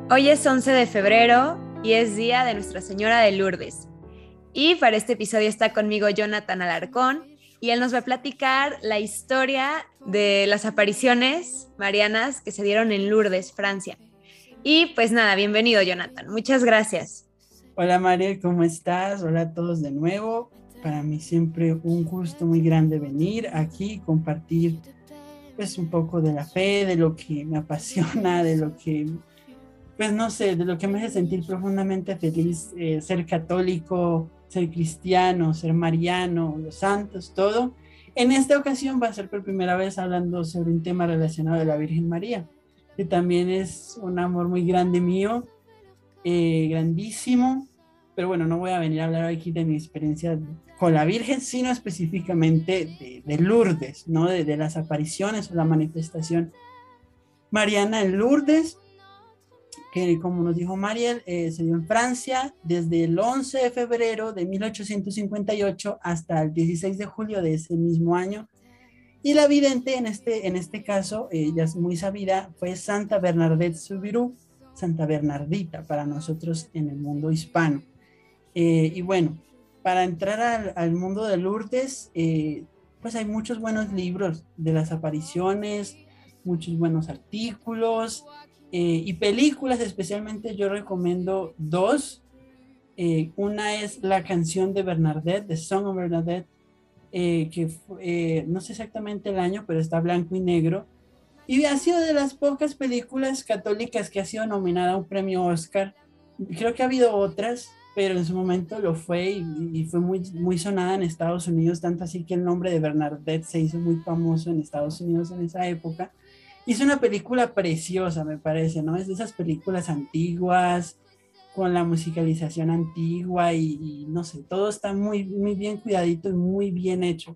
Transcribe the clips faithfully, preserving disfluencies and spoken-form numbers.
Hoy es once de febrero y es día de Nuestra Señora de Lourdes. Y para este episodio está conmigo Jonathan Alarcón y él nos va a platicar la historia de las apariciones marianas que se dieron en Lourdes, Francia. Y pues nada, bienvenido Jonathan, muchas gracias. Hola Mariel, ¿cómo estás? Hola a todos de nuevo. Para mí siempre un gusto muy grande venir aquí y compartir pues un poco de la fe, de lo que me apasiona, de lo que, pues no sé, de lo que me hace sentir profundamente feliz, eh, ser católico, ser cristiano, ser mariano, los santos, todo. En esta ocasión va a ser por primera vez hablando sobre un tema relacionado a la Virgen María, que también es un amor muy grande mío, eh, grandísimo, pero bueno, no voy a venir a hablar aquí de mi experiencia con la Virgen, sino específicamente de, de Lourdes, ¿no? De, de las apariciones o la manifestación mariana en Lourdes, que como nos dijo Mariel, eh, se dio en Francia desde el once de febrero de mil ochocientos cincuenta y ocho hasta el dieciséis de julio de ese mismo año. Y la vidente en este, en este caso, ella es muy sabida, fue Santa Bernadette Soubirous, Santa Bernardita para nosotros en el mundo hispano. Eh, y bueno, para entrar al, al mundo de Lourdes, eh, pues hay muchos buenos libros de las apariciones, muchos buenos artículos eh, y películas. Especialmente yo recomiendo dos. Eh, una es La canción de Bernadette, The Song of Bernadette, eh, que eh, no sé exactamente el año, pero está blanco y negro. Y ha sido de las pocas películas católicas que ha sido nominada a un premio Oscar. Creo que ha habido otras, pero en su momento lo fue y, y fue muy, muy sonada en Estados Unidos, tanto así que el nombre de Bernadette se hizo muy famoso en Estados Unidos en esa época. Y es una película preciosa, me parece, ¿no? Es de esas películas antiguas, con la musicalización antigua y, y no sé, todo está muy, muy bien cuidadito y muy bien hecho.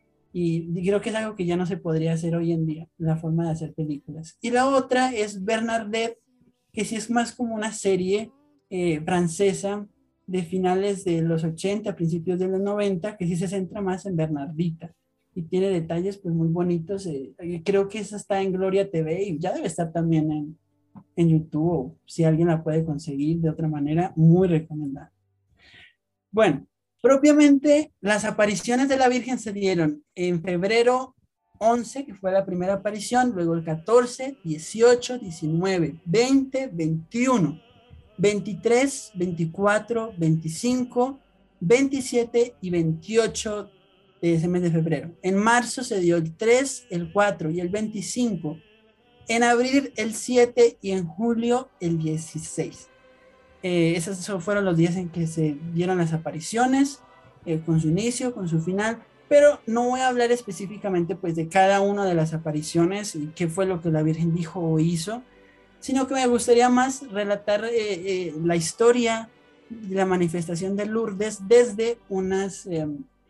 Y creo que es algo que ya no se podría hacer hoy en día, la forma de hacer películas. Y la otra es Bernadette, que sí es más como una serie eh, francesa de finales de los ochenta, principios de los noventa, que sí se centra más en Bernardita. Y tiene detalles pues muy bonitos. Eh, creo que esa está en Gloria T V y ya debe estar también en, en YouTube, o si alguien la puede conseguir de otra manera, muy recomendada. Bueno, propiamente las apariciones de la Virgen se dieron en febrero once, que fue la primera aparición, luego el catorce, dieciocho, diecinueve, veinte, veintiuno, veintitrés, veinticuatro, veinticinco, veintisiete y veintiocho de ese mes de febrero. En marzo se dio el tres, el cuatro y el veinticinco. En abril el siete y en julio el dieciséis. Eh, esos fueron los días en que se dieron las apariciones, eh, con su inicio, con su final, pero no voy a hablar específicamente pues de cada una de las apariciones y qué fue lo que la Virgen dijo o hizo, sino que me gustaría más relatar eh, eh, la historia de la manifestación de Lourdes desde unas eh,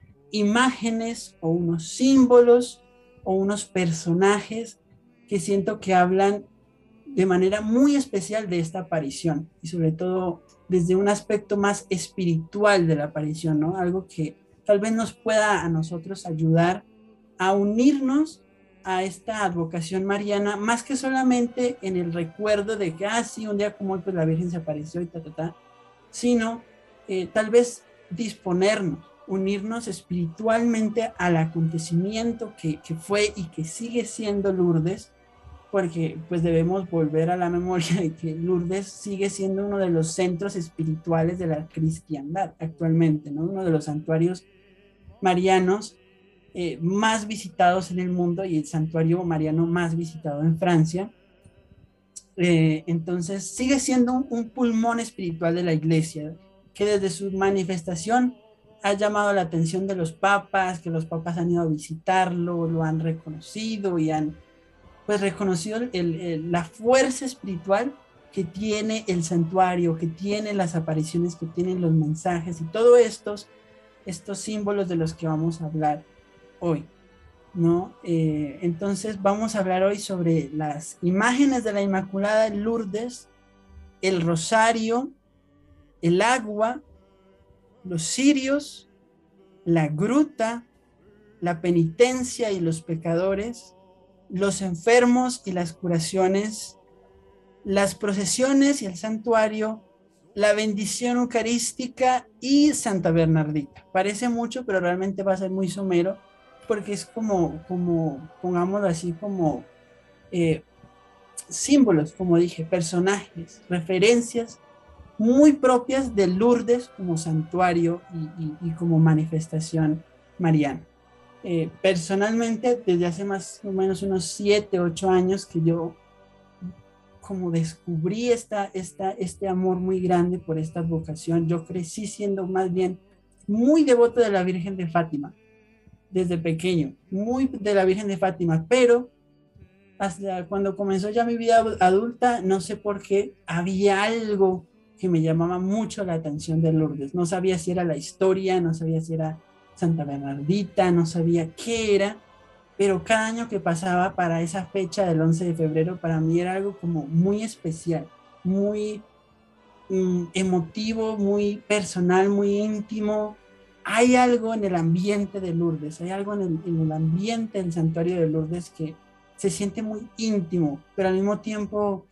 imágenes o unos símbolos o unos personajes que siento que hablan de manera muy especial de esta aparición y sobre todo desde un aspecto más espiritual de la aparición, ¿no? Algo que tal vez nos pueda a nosotros ayudar a unirnos a esta advocación mariana, más que solamente en el recuerdo de que, ah, sí, un día como hoy pues la Virgen se apareció y ta, ta, ta, sino eh, tal vez disponernos, unirnos espiritualmente al acontecimiento que, que fue y que sigue siendo Lourdes, porque pues debemos volver a la memoria de que Lourdes sigue siendo uno de los centros espirituales de la cristiandad actualmente, ¿no? Uno de los santuarios marianos eh, más visitados en el mundo y el santuario mariano más visitado en Francia. Eh, entonces sigue siendo un, un pulmón espiritual de la iglesia, que desde su manifestación ha llamado la atención de los papas, que los papas han ido a visitarlo, lo han reconocido y han pues reconocido el, el, la fuerza espiritual que tiene el santuario, que tiene las apariciones, que tienen los mensajes y todos estos, estos símbolos de los que vamos a hablar hoy, ¿no? Eh, entonces vamos a hablar hoy sobre las imágenes de la Inmaculada en Lourdes, el rosario, el agua, los cirios, la gruta, la penitencia y los pecadores, los enfermos y las curaciones, las procesiones y el santuario, la bendición eucarística y Santa Bernardita. Parece mucho, pero realmente va a ser muy somero, porque es como, como pongámoslo así, como eh, símbolos, como dije, personajes, referencias muy propias de Lourdes como santuario y, y, y como manifestación mariana. Eh, personalmente, desde hace más o menos unos siete, ocho años que yo como descubrí esta, esta, este amor muy grande por esta vocación. Yo crecí siendo más bien muy devoto de la Virgen de Fátima, desde pequeño, muy de la Virgen de Fátima, pero hasta cuando comenzó ya mi vida adulta, no sé por qué, había algo que me llamaba mucho la atención de Lourdes. No sabía si era la historia, no sabía si era Santa Bernardita, no sabía qué era, pero cada año que pasaba para esa fecha del once de febrero, para mí era algo como muy especial, muy mm, emotivo, muy personal, muy íntimo. Hay algo en el ambiente de Lourdes, hay algo en el, en el ambiente del santuario de Lourdes que se siente muy íntimo, pero al mismo tiempo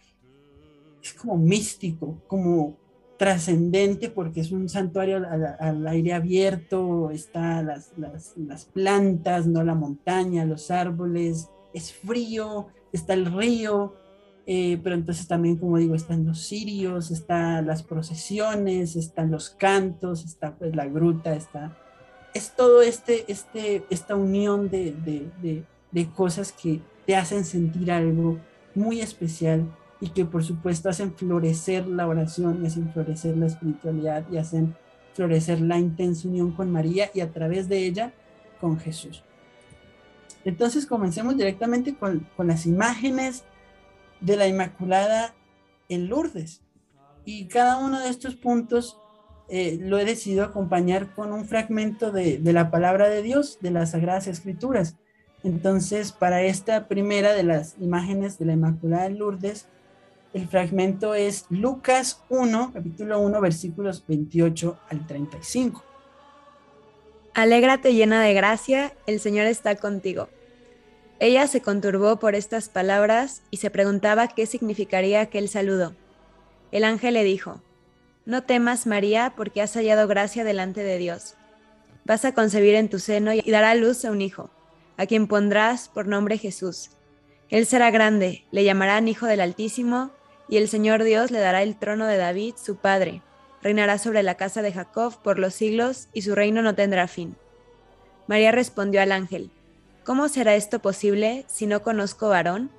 es como místico, como trascendente, porque es un santuario al, al aire abierto, está las, las, las plantas, no la montaña, los árboles, es frío, está el río, eh, pero entonces también, como digo, están los cirios, están las procesiones, están los cantos, está pues la gruta, está, es todo este, este, esta unión de, de, de, de cosas que te hacen sentir algo muy especial y que por supuesto hacen florecer la oración y hacen florecer la espiritualidad y hacen florecer la intensa unión con María y a través de ella con Jesús. Entonces comencemos directamente con, con las imágenes de la Inmaculada en Lourdes. Y cada uno de estos puntos eh, lo he decidido acompañar con un fragmento de, de la palabra de Dios, de las Sagradas Escrituras. Entonces, para esta primera de las imágenes de la Inmaculada en Lourdes, el fragmento es Lucas uno, capítulo uno, versículos veintiocho al treinta y cinco. Alégrate llena de gracia, el Señor está contigo. Ella se conturbó por estas palabras y se preguntaba qué significaría aquel saludo. El ángel le dijo: No temas, María, porque has hallado gracia delante de Dios. Vas a concebir en tu seno y darás a luz a un hijo, a quien pondrás por nombre Jesús. Él será grande, le llamarán Hijo del Altísimo, y el Señor Dios le dará el trono de David, su padre. Reinará sobre la casa de Jacob por los siglos, y su reino no tendrá fin. María respondió al ángel: ¿Cómo será esto posible si no conozco varón?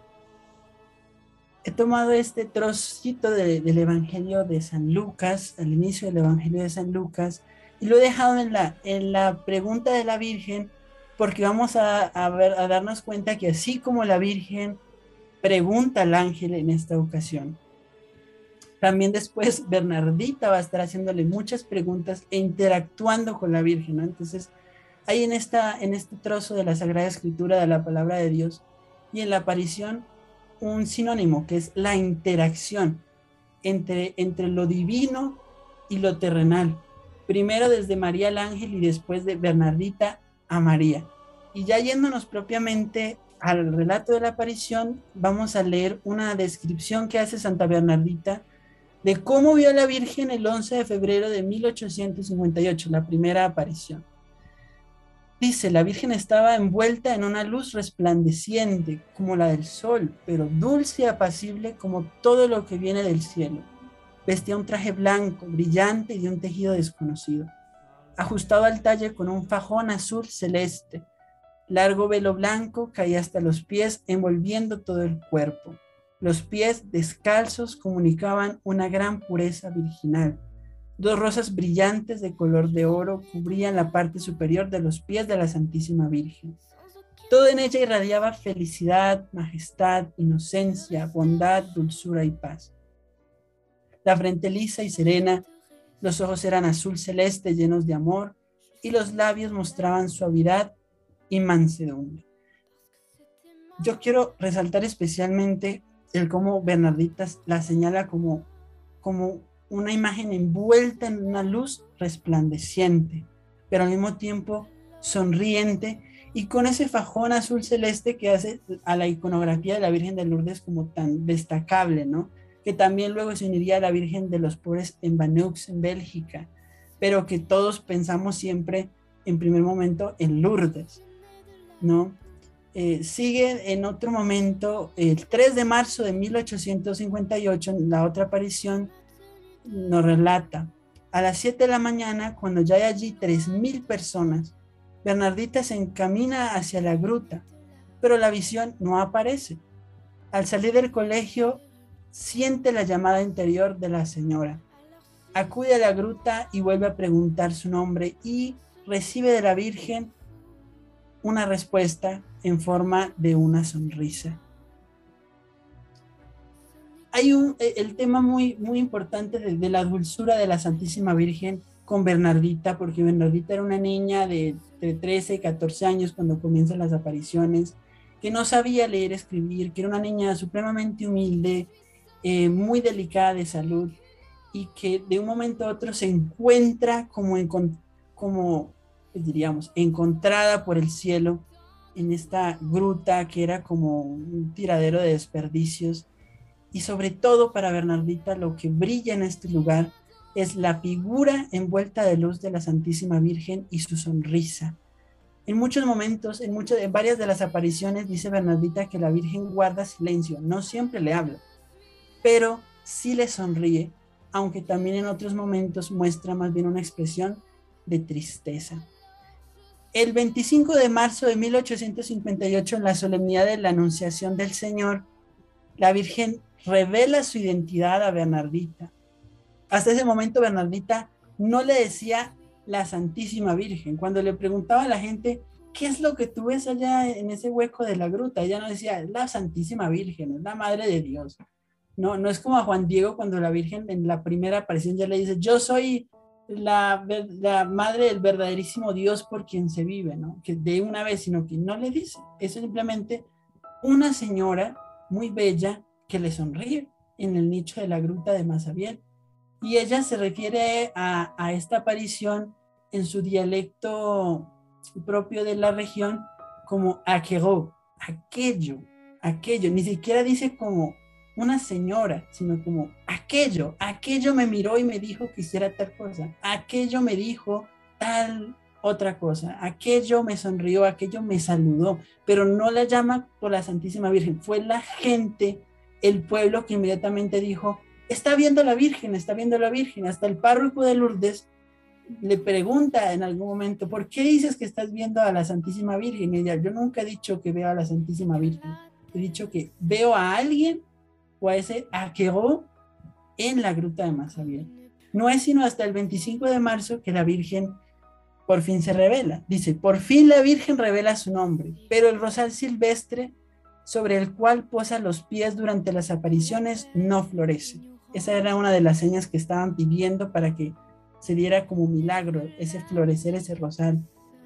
He tomado este trocito de, del Evangelio de San Lucas, al inicio del Evangelio de San Lucas, y lo he dejado en la, en la pregunta de la Virgen, porque vamos a, a, ver, a darnos cuenta que así como la Virgen pregunta al ángel en esta ocasión, también después Bernardita va a estar haciéndole muchas preguntas e interactuando con la Virgen, ¿no? Entonces, hay en, esta, en este trozo de la Sagrada Escritura de la Palabra de Dios y en la aparición un sinónimo que es la interacción entre, entre lo divino y lo terrenal. Primero desde María al ángel y después de Bernardita a María. Y ya yéndonos propiamente al relato de la aparición, vamos a leer una descripción que hace Santa Bernardita de cómo vio a la Virgen el once de febrero de mil ochocientos cincuenta y ocho, la primera aparición. Dice, la Virgen estaba envuelta en una luz resplandeciente como la del sol, pero dulce y apacible como todo lo que viene del cielo. Vestía un traje blanco, brillante y de un tejido desconocido, ajustado al talle con un fajón azul celeste. Largo velo blanco caía hasta los pies, envolviendo todo el cuerpo. Los pies descalzos comunicaban una gran pureza virginal. Dos rosas brillantes de color de oro cubrían la parte superior de los pies de la Santísima Virgen. Todo en ella irradiaba felicidad, majestad, inocencia, bondad, dulzura y paz. La frente lisa y serena, los ojos eran azul celeste llenos de amor y los labios mostraban suavidad y mansedumbre. Yo quiero resaltar especialmente el cómo Bernardita la señala como, como una imagen envuelta en una luz resplandeciente, pero al mismo tiempo sonriente y con ese fajón azul celeste que hace a la iconografía de la Virgen de Lourdes como tan destacable, ¿no? que también luego se uniría a la Virgen de los Pobres en Banux, en Bélgica, pero que todos pensamos siempre en primer momento en Lourdes, ¿no? Eh, sigue en otro momento, el tres de marzo de mil ochocientos cincuenta y ocho, la otra aparición nos relata: a las siete de la mañana, cuando ya hay allí tres mil personas, Bernardita se encamina hacia la gruta, pero la visión no aparece. Al salir del colegio, siente la llamada interior de la señora. Acude a la gruta y vuelve a preguntar su nombre y recibe de la Virgen una respuesta en forma de una sonrisa. Hay un, el tema muy, muy importante de, de la dulzura de la Santísima Virgen con Bernardita, porque Bernardita era una niña de, de trece, catorce años cuando comienzan las apariciones, que no sabía leer, escribir, que era una niña supremamente humilde, eh, muy delicada de salud, y que de un momento a otro se encuentra como, en, como pues diríamos, encontrada por el cielo en esta gruta que era como un tiradero de desperdicios. Y sobre todo para Bernardita lo que brilla en este lugar es la figura envuelta de luz de la Santísima Virgen y su sonrisa. En muchos momentos, en, muchas, en varias de las apariciones, dice Bernardita que la Virgen guarda silencio, no siempre le habla, pero sí le sonríe, aunque también en otros momentos muestra más bien una expresión de tristeza. El veinticinco de marzo de mil ochocientos cincuenta y ocho, en la solemnidad de la Anunciación del Señor, la Virgen revela su identidad a Bernardita. Hasta ese momento Bernardita no le decía la Santísima Virgen. Cuando le preguntaba a la gente, ¿qué es lo que tú ves allá en ese hueco de la gruta? Ella no decía, es la Santísima Virgen, es la Madre de Dios. No, no es como a Juan Diego cuando la Virgen en la primera aparición ya le dice, yo soy la, la Madre del verdaderísimo Dios por quien se vive, ¿no? Que de una vez, sino que no le dice. Es simplemente una señora muy bella que le sonríe en el nicho de la gruta de Masabiel. Y ella se refiere a, a esta aparición en su dialecto propio de la región como aquello, aquello, aquello. Ni siquiera dice como una señora, sino como aquello, aquello me miró y me dijo que hiciera tal cosa, aquello me dijo tal otra cosa, aquello me sonrió, aquello me saludó, pero no la llama por la Santísima Virgen, fue la gente, el pueblo que inmediatamente dijo, está viendo a la Virgen, está viendo a la Virgen. Hasta el párroco de Lourdes le pregunta en algún momento, ¿por qué dices que estás viendo a la Santísima Virgen? Y ella, yo nunca he dicho que veo a la Santísima Virgen, he dicho que veo a alguien o a ese aquero en la gruta de Masabiel. No es sino hasta el veinticinco de marzo que la Virgen por fin se revela. Dice, por fin la Virgen revela su nombre, pero el rosal silvestre sobre el cual posa los pies durante las apariciones no florece. Esa era una de las señas que estaban pidiendo para que se diera como milagro ese florecer, ese rosal.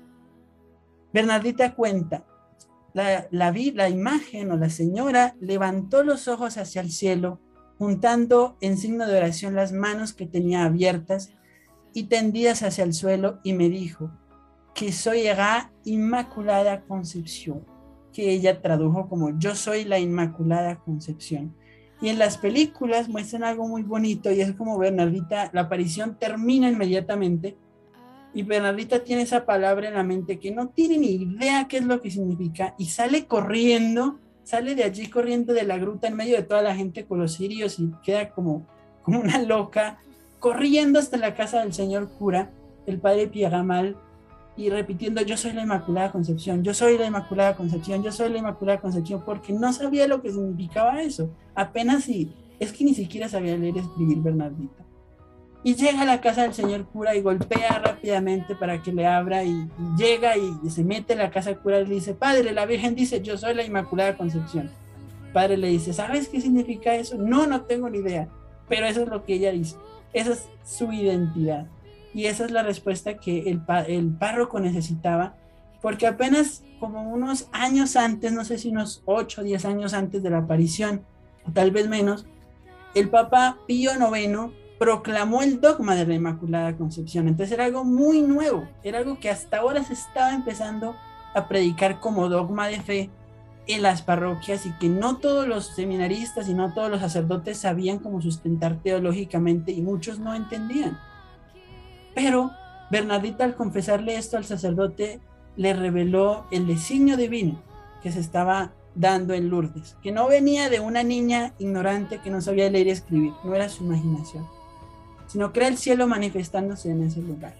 Bernardita cuenta, la, la, la imagen o la señora levantó los ojos hacia el cielo, juntando en signo de oración las manos que tenía abiertas y tendidas hacia el suelo, y me dijo que soy la Inmaculada Concepción, que ella tradujo como yo soy la Inmaculada Concepción. Y en las películas muestran algo muy bonito, y es como Bernardita, la aparición termina inmediatamente, y Bernardita tiene esa palabra en la mente que no tiene ni idea qué es lo que significa, y sale corriendo, sale de allí corriendo de la gruta en medio de toda la gente con los cirios, y queda como, como una loca, corriendo hasta la casa del señor cura, el padre Pierramal, y repitiendo, yo soy la Inmaculada Concepción, yo soy la Inmaculada Concepción, yo soy la Inmaculada Concepción, porque no sabía lo que significaba eso, apenas si, es que ni siquiera sabía leer y escribir Bernardita. Y llega a la casa del señor cura y golpea rápidamente para que le abra, y, y llega y, y se mete en la casa del cura y le dice, padre, la Virgen dice, yo soy la Inmaculada Concepción. El padre le dice, ¿sabes qué significa eso? No, no tengo ni idea, pero eso es lo que ella dice, esa es su identidad. Y esa es la respuesta que el, el párroco necesitaba, porque apenas como unos años antes, no sé si unos ocho o diez años antes de la aparición, o tal vez menos, el Papa Pío noveno proclamó el dogma de la Inmaculada Concepción. Entonces era algo muy nuevo, era algo que hasta ahora se estaba empezando a predicar como dogma de fe, en las parroquias y que no todos los seminaristas y no todos los sacerdotes sabían cómo sustentar teológicamente y muchos no entendían. Pero Bernardita, al confesarle esto al sacerdote, le reveló el designio divino que se estaba dando en Lourdes, que no venía de una niña ignorante que no sabía leer y escribir, no era su imaginación, sino que era el cielo manifestándose en ese lugar.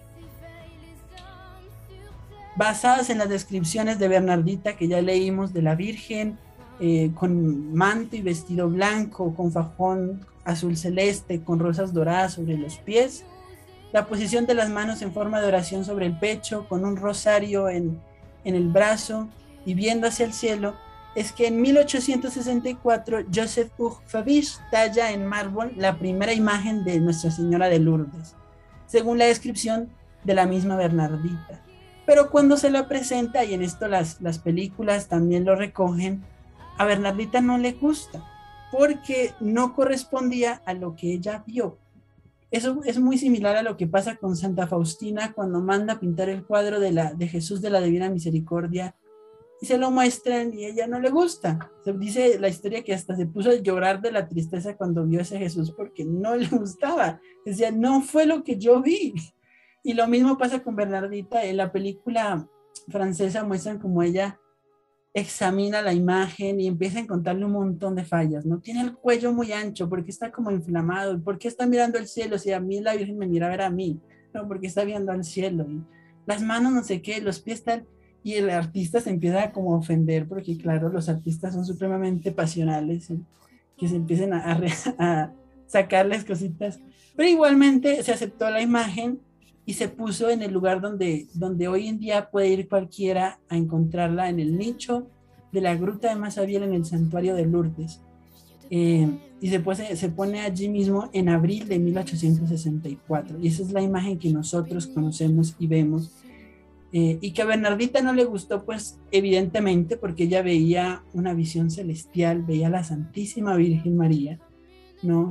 Basadas en las descripciones de Bernardita que ya leímos de la Virgen, eh, con manto y vestido blanco, con fajón azul celeste, con rosas doradas sobre los pies, la posición de las manos en forma de oración sobre el pecho, con un rosario en, en el brazo y viendo hacia el cielo, es que en mil ochocientos sesenta y cuatro Joseph Hugues Fabiche talla en mármol la primera imagen de Nuestra Señora de Lourdes, según la descripción de la misma Bernardita. Pero cuando se la presenta, y en esto las, las películas también lo recogen, a Bernardita no le gusta, porque no correspondía a lo que ella vio. Eso es muy similar a lo que pasa con Santa Faustina cuando manda pintar el cuadro de, la, de Jesús de la Divina Misericordia y se lo muestran y a ella no le gusta. Se dice la historia que hasta se puso a llorar de la tristeza cuando vio a ese Jesús porque no le gustaba. Decía, no fue lo que yo vi. Y lo mismo pasa con Bernardita. En la película francesa muestran como ella examina la imagen y empieza a encontrarle un montón de fallas, ¿no? Tiene el cuello muy ancho, porque está como inflamado, ¿por qué está mirando el cielo? Si a mí la Virgen me mira a ver a mí, ¿no? Porque está viendo al cielo, y las manos no sé qué, los pies están, y el artista se empieza como a ofender, porque claro, los artistas son supremamente pasionales, ¿sí? Que se empiecen a, a, a sacarles cositas, pero igualmente se aceptó la imagen y se puso en el lugar donde, donde hoy en día puede ir cualquiera a encontrarla, en el nicho de la gruta de Massabielle en el santuario de Lourdes. Eh, y se, pone, se pone allí mismo en abril de mil ochocientos sesenta y cuatro. Y esa es la imagen que nosotros conocemos y vemos. Eh, y que a Bernardita no le gustó, pues evidentemente, porque ella veía una visión celestial, veía a la Santísima Virgen María, ¿no?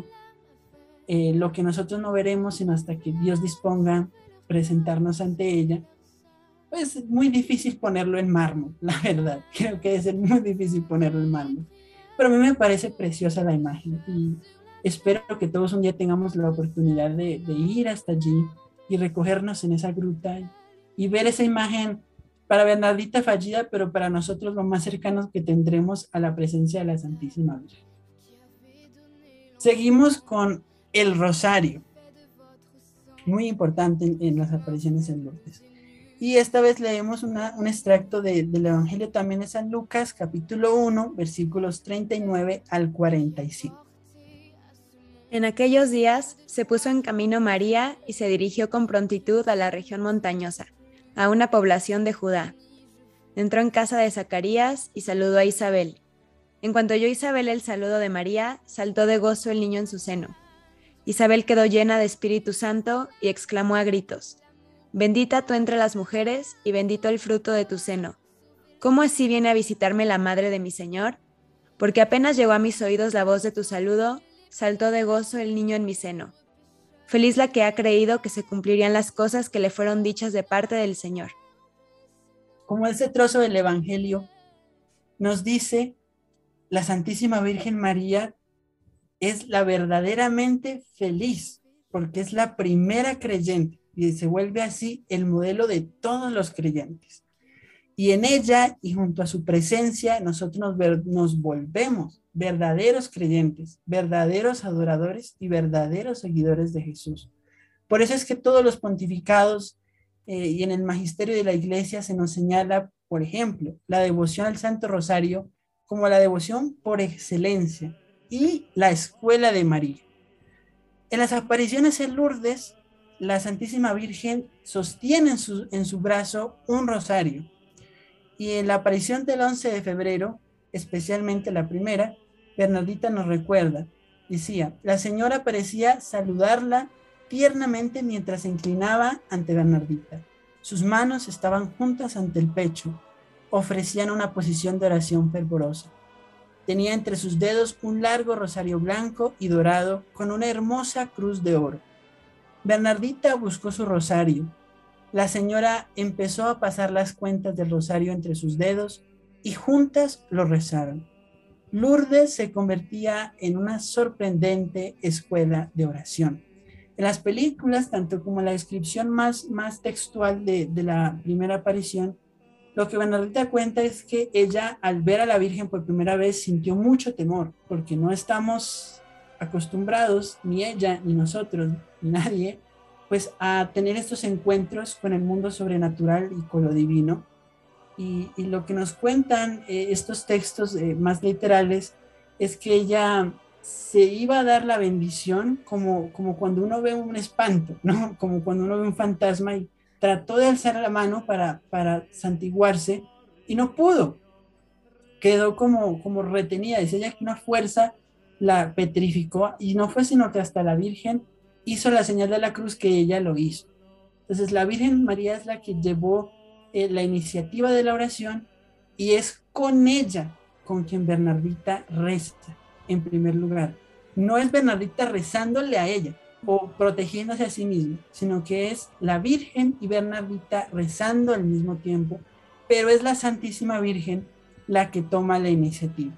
Eh, lo que nosotros no veremos sino hasta que Dios disponga presentarnos ante ella, pues es muy difícil ponerlo en mármol, la verdad, creo que es muy difícil ponerlo en mármol, pero a mí me parece preciosa la imagen y espero que todos un día tengamos la oportunidad de, de ir hasta allí y recogernos en esa gruta y, y ver esa imagen para Bernardita fallida, pero para nosotros lo más cercano que tendremos a la presencia de la Santísima Virgen. Seguimos con el rosario, muy importante en, en las apariciones en Lourdes. Y esta vez leemos una, un extracto de, del Evangelio también de San Lucas, capítulo uno, versículos treinta y nueve al cuarenta y cinco. En aquellos días se puso en camino María y se dirigió con prontitud a la región montañosa, a una población de Judá. Entró en casa de Zacarías y saludó a Isabel. En cuanto oyó Isabel el saludo de María, saltó de gozo el niño en su seno. Isabel quedó llena de Espíritu Santo y exclamó a gritos: «Bendita tú entre las mujeres y bendito el fruto de tu seno. ¿Cómo así viene a visitarme la madre de mi Señor? Porque apenas llegó a mis oídos la voz de tu saludo, saltó de gozo el niño en mi seno. Feliz la que ha creído que se cumplirían las cosas que le fueron dichas de parte del Señor». Como ese trozo del Evangelio nos dice, la Santísima Virgen María es la verdaderamente feliz, porque es la primera creyente y se vuelve así el modelo de todos los creyentes. Y en ella y junto a su presencia nosotros nos, ver, nos volvemos verdaderos creyentes, verdaderos adoradores y verdaderos seguidores de Jesús. Por eso es que todos los pontificados eh, y en el magisterio de la Iglesia se nos señala, por ejemplo, la devoción al Santo Rosario como la devoción por excelencia y la escuela de María. En las apariciones en Lourdes, la Santísima Virgen sostiene en su, en su brazo un rosario. Y en la aparición del once de febrero, especialmente la primera, Bernardita nos recuerda, decía, la señora parecía saludarla tiernamente mientras se inclinaba ante Bernardita. Sus manos estaban juntas ante el pecho, ofrecían una posición de oración fervorosa. Tenía entre sus dedos un largo rosario blanco y dorado con una hermosa cruz de oro. Bernardita buscó su rosario. La señora empezó a pasar las cuentas del rosario entre sus dedos y juntas lo rezaron. Lourdes se convertía en una sorprendente escuela de oración. En las películas, tanto como en la descripción más, más textual de, de la primera aparición, lo que Bernardita cuenta es que ella, al ver a la Virgen por primera vez, sintió mucho temor, porque no estamos acostumbrados, ni ella, ni nosotros, ni nadie, pues a tener estos encuentros con el mundo sobrenatural y con lo divino. Y, y lo que nos cuentan eh, estos textos eh, más literales es que ella se iba a dar la bendición como, como cuando uno ve un espanto, ¿no? Como cuando uno ve un fantasma y trató de alzar la mano para, para santiguarse y no pudo. Quedó como, como retenida. Dice ella que una fuerza la petrificó y no fue sino que hasta la Virgen hizo la señal de la cruz que ella lo hizo. Entonces la Virgen María es la que llevó eh, la iniciativa de la oración y es con ella con quien Bernardita reza en primer lugar. No es Bernardita rezándole a ella o protegiéndose a sí misma, sino que es la Virgen y Bernardita rezando al mismo tiempo, pero es la Santísima Virgen la que toma la iniciativa.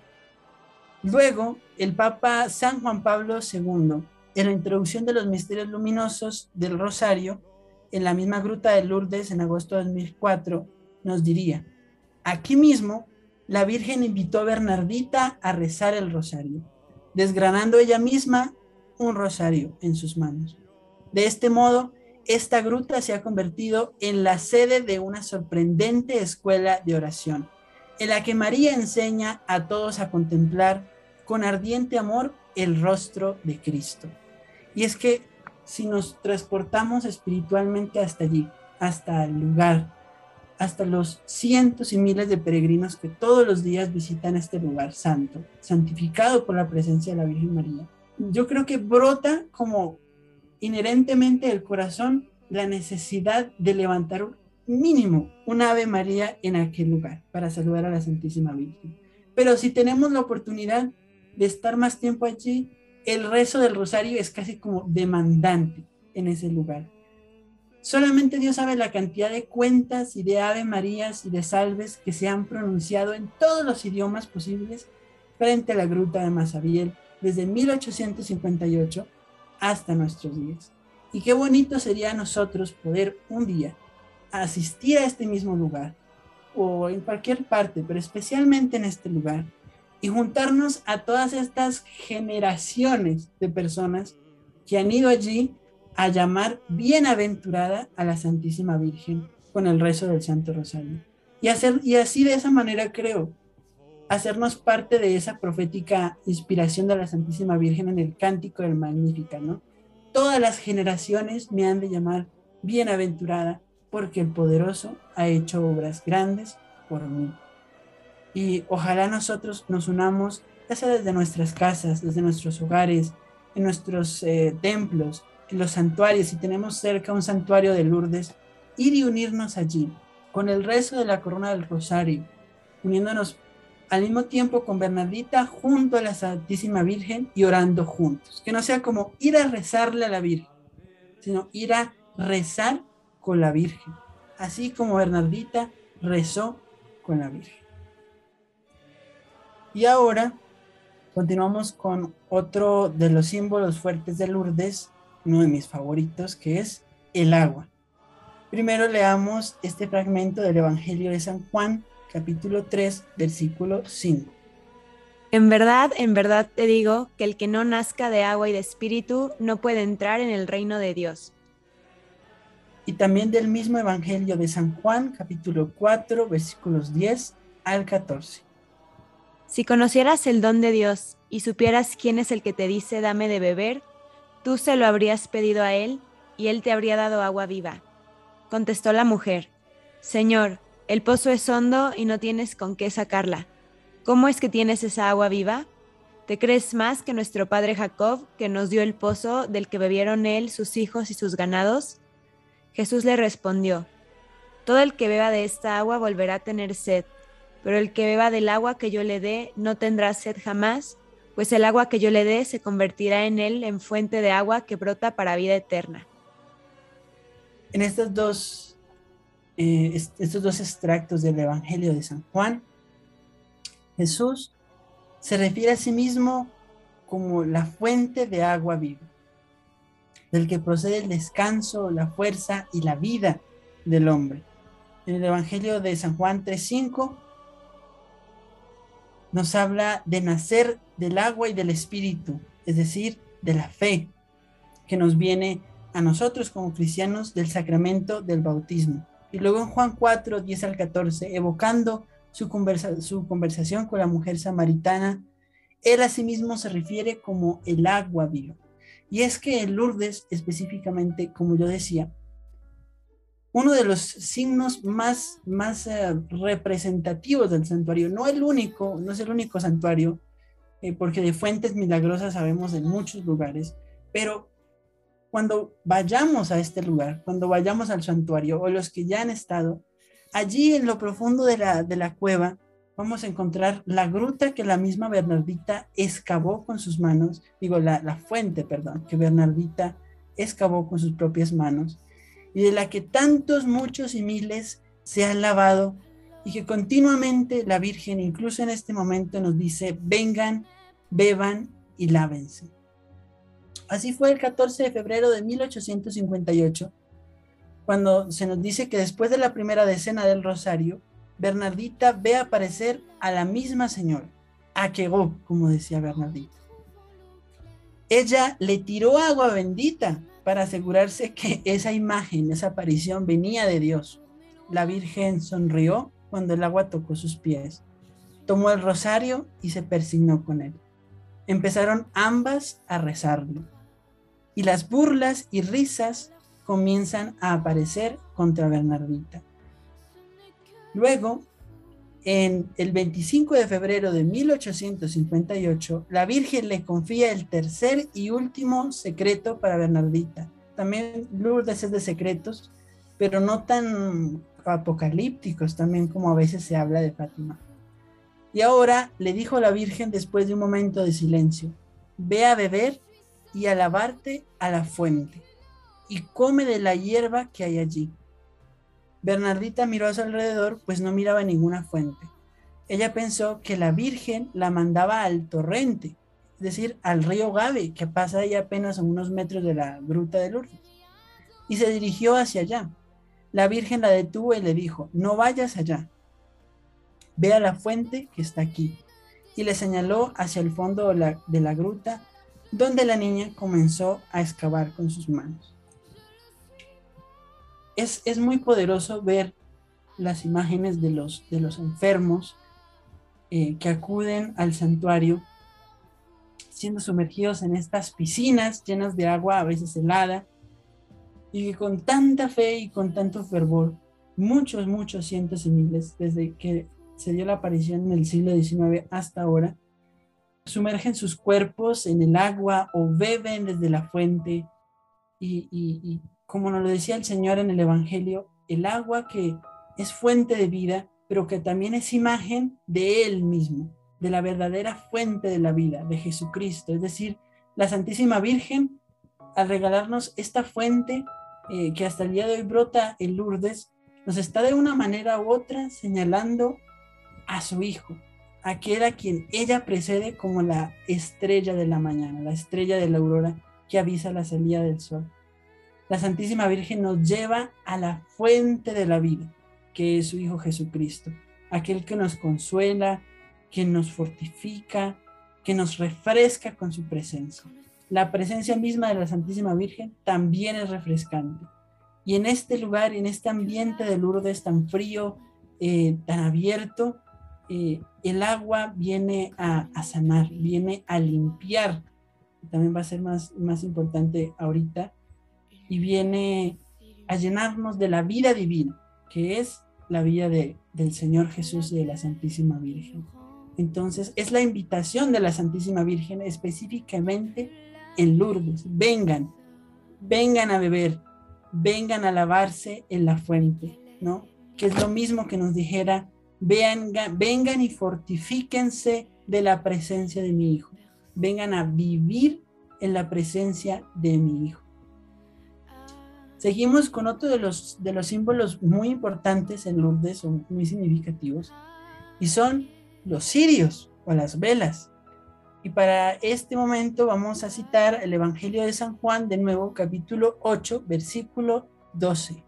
Luego, el Papa San Juan Pablo segundo, en la introducción de los misterios luminosos del Rosario, en la misma gruta de Lourdes en agosto de dos mil cuatro, nos diría: aquí mismo la Virgen invitó a Bernardita a rezar el rosario, desgranando ella misma un rosario en sus manos. De este modo, esta gruta se ha convertido en la sede de una sorprendente escuela de oración, en la que María enseña a todos a contemplar con ardiente amor el rostro de Cristo. Y es que si nos transportamos espiritualmente hasta allí, hasta el lugar, hasta los cientos y miles de peregrinos que todos los días visitan este lugar santo, santificado por la presencia de la Virgen María, yo creo que brota como inherentemente del corazón la necesidad de levantar un mínimo un Ave María en aquel lugar para saludar a la Santísima Virgen. Pero si tenemos la oportunidad de estar más tiempo allí, el rezo del rosario es casi como demandante en ese lugar. Solamente Dios sabe la cantidad de cuentas y de Ave Marías y de salves que se han pronunciado en todos los idiomas posibles frente a la gruta de Masabiel desde mil ochocientos cincuenta y ocho hasta nuestros días. Y qué bonito sería a nosotros poder un día asistir a este mismo lugar o en cualquier parte, pero especialmente en este lugar, y juntarnos a todas estas generaciones de personas que han ido allí a llamar bienaventurada a la Santísima Virgen con el rezo del Santo Rosario. Y, hacer, y así de esa manera creo, hacernos parte de esa profética inspiración de la Santísima Virgen en el cántico del Magníficat, ¿no? Todas las generaciones me han de llamar bienaventurada porque el poderoso ha hecho obras grandes por mí. Y ojalá nosotros nos unamos, ya sea desde nuestras casas, desde nuestros hogares, en nuestros eh, templos, en los santuarios, si tenemos cerca un santuario de Lourdes, ir y unirnos allí, con el rezo de la corona del rosario, uniéndonos al mismo tiempo con Bernardita junto a la Santísima Virgen y orando juntos. Que no sea como ir a rezarle a la Virgen, sino ir a rezar con la Virgen, así como Bernardita rezó con la Virgen. Y ahora continuamos con otro de los símbolos fuertes de Lourdes, uno de mis favoritos, que es el agua. Primero leamos este fragmento del Evangelio de San Juan, capítulo tres, versículo cinco. En verdad, en verdad te digo que el que no nazca de agua y de espíritu no puede entrar en el reino de Dios. Y también del mismo Evangelio de San Juan, capítulo cuatro, versículos diez al catorce. Si conocieras el don de Dios y supieras quién es el que te dice dame de beber, tú se lo habrías pedido a él y él te habría dado agua viva. Contestó la mujer: Señor, el pozo es hondo y no tienes con qué sacarla. ¿Cómo es que tienes esa agua viva? ¿Te crees más que nuestro padre Jacob, que nos dio el pozo del que bebieron él, sus hijos y sus ganados? Jesús le respondió: Todo el que beba de esta agua volverá a tener sed, pero el que beba del agua que yo le dé no tendrá sed jamás, pues el agua que yo le dé se convertirá en él en fuente de agua que brota para vida eterna. En estos dos, eh, estos dos extractos del Evangelio de San Juan, Jesús se refiere a sí mismo como la fuente de agua viva, del que procede el descanso, la fuerza y la vida del hombre. En el Evangelio de San Juan tres cinco nos habla de nacer del agua y del Espíritu, es decir, de la fe que nos viene a nosotros como cristianos del sacramento del bautismo. Y luego en Juan cuatro diez al catorce, evocando su, conversa, su conversación con la mujer samaritana, él a sí mismo se refiere como el agua viva. Y es que en Lourdes, específicamente, como yo decía, uno de los signos más, más eh, representativos del santuario, no el único, no es el único santuario, eh, porque de fuentes milagrosas sabemos en muchos lugares, pero cuando vayamos a este lugar, cuando vayamos al santuario, o los que ya han estado, allí en lo profundo de la, de la cueva, vamos a encontrar la gruta que la misma Bernardita excavó con sus manos, digo, la, la fuente, perdón, que Bernardita excavó con sus propias manos, y de la que tantos, muchos y miles se han lavado, y que continuamente la Virgen, incluso en este momento, nos dice, vengan, beban y lávense. Así fue el catorce de febrero de mil ochocientos cincuenta y ocho, cuando se nos dice que después de la primera decena del rosario, Bernardita ve aparecer a la misma señora, a Quegó, como decía Bernardita. Ella le tiró agua bendita para asegurarse que esa imagen, esa aparición venía de Dios. La Virgen sonrió cuando el agua tocó sus pies, tomó el rosario y se persignó con él. Empezaron ambas a rezarlo, y las burlas y risas comienzan a aparecer contra Bernardita. Luego, en el veinticinco de febrero de mil ochocientos cincuenta y ocho, la Virgen le confía el tercer y último secreto para Bernardita. También Lourdes es de secretos, pero no tan apocalípticos también como a veces se habla de Fátima. Y ahora le dijo a la Virgen después de un momento de silencio, ve a beber y a lavarte a la fuente, y come de la hierba que hay allí. Bernardita miró a su alrededor, pues no miraba ninguna fuente. Ella pensó que la Virgen la mandaba al torrente, es decir, al río Gave, que pasa ahí apenas a unos metros de la gruta de Lourdes, y se dirigió hacia allá. La Virgen la detuvo y le dijo, no vayas allá, ve a la fuente que está aquí, y le señaló hacia el fondo de la, de la gruta, donde la niña comenzó a excavar con sus manos. Es, es muy poderoso ver las imágenes de los, de los enfermos eh, que acuden al santuario, siendo sumergidos en estas piscinas llenas de agua, a veces helada, y que con tanta fe y con tanto fervor, muchos, muchos cientos y miles, desde que se dio la aparición en el siglo diecinueve hasta ahora, sumergen sus cuerpos en el agua o beben desde la fuente, y, y, y como nos lo decía el Señor en el Evangelio, el agua que es fuente de vida, pero que también es imagen de Él mismo, de la verdadera fuente de la vida, de Jesucristo. Es decir, la Santísima Virgen, al regalarnos esta fuente eh, que hasta el día de hoy brota en Lourdes, nos está de una manera u otra señalando a su Hijo, aquel a quien ella precede como la estrella de la mañana, la estrella de la aurora que avisa la salida del sol. La Santísima Virgen nos lleva a la fuente de la vida, que es su Hijo Jesucristo, aquel que nos consuela, que nos fortifica, que nos refresca con su presencia. La presencia misma de la Santísima Virgen también es refrescante. Y en este lugar, en este ambiente de Lourdes tan frío, eh, tan abierto, eh, el agua viene a, a sanar, viene a limpiar. También va a ser más, más importante ahorita, y viene a llenarnos de la vida divina, que es la vida de, del Señor Jesús y de la Santísima Virgen. Entonces, es la invitación de la Santísima Virgen específicamente en Lourdes. Vengan, vengan a beber, vengan a lavarse en la fuente, ¿no? Que es lo mismo que nos dijera, vengan, vengan y fortifíquense de la presencia de mi Hijo. Vengan a vivir en la presencia de mi Hijo. Seguimos con otro de los, de los símbolos muy importantes en Lourdes, o muy significativos, y son los cirios o las velas. Y para este momento vamos a citar el Evangelio de San Juan, de nuevo, capítulo ocho, versículo doce.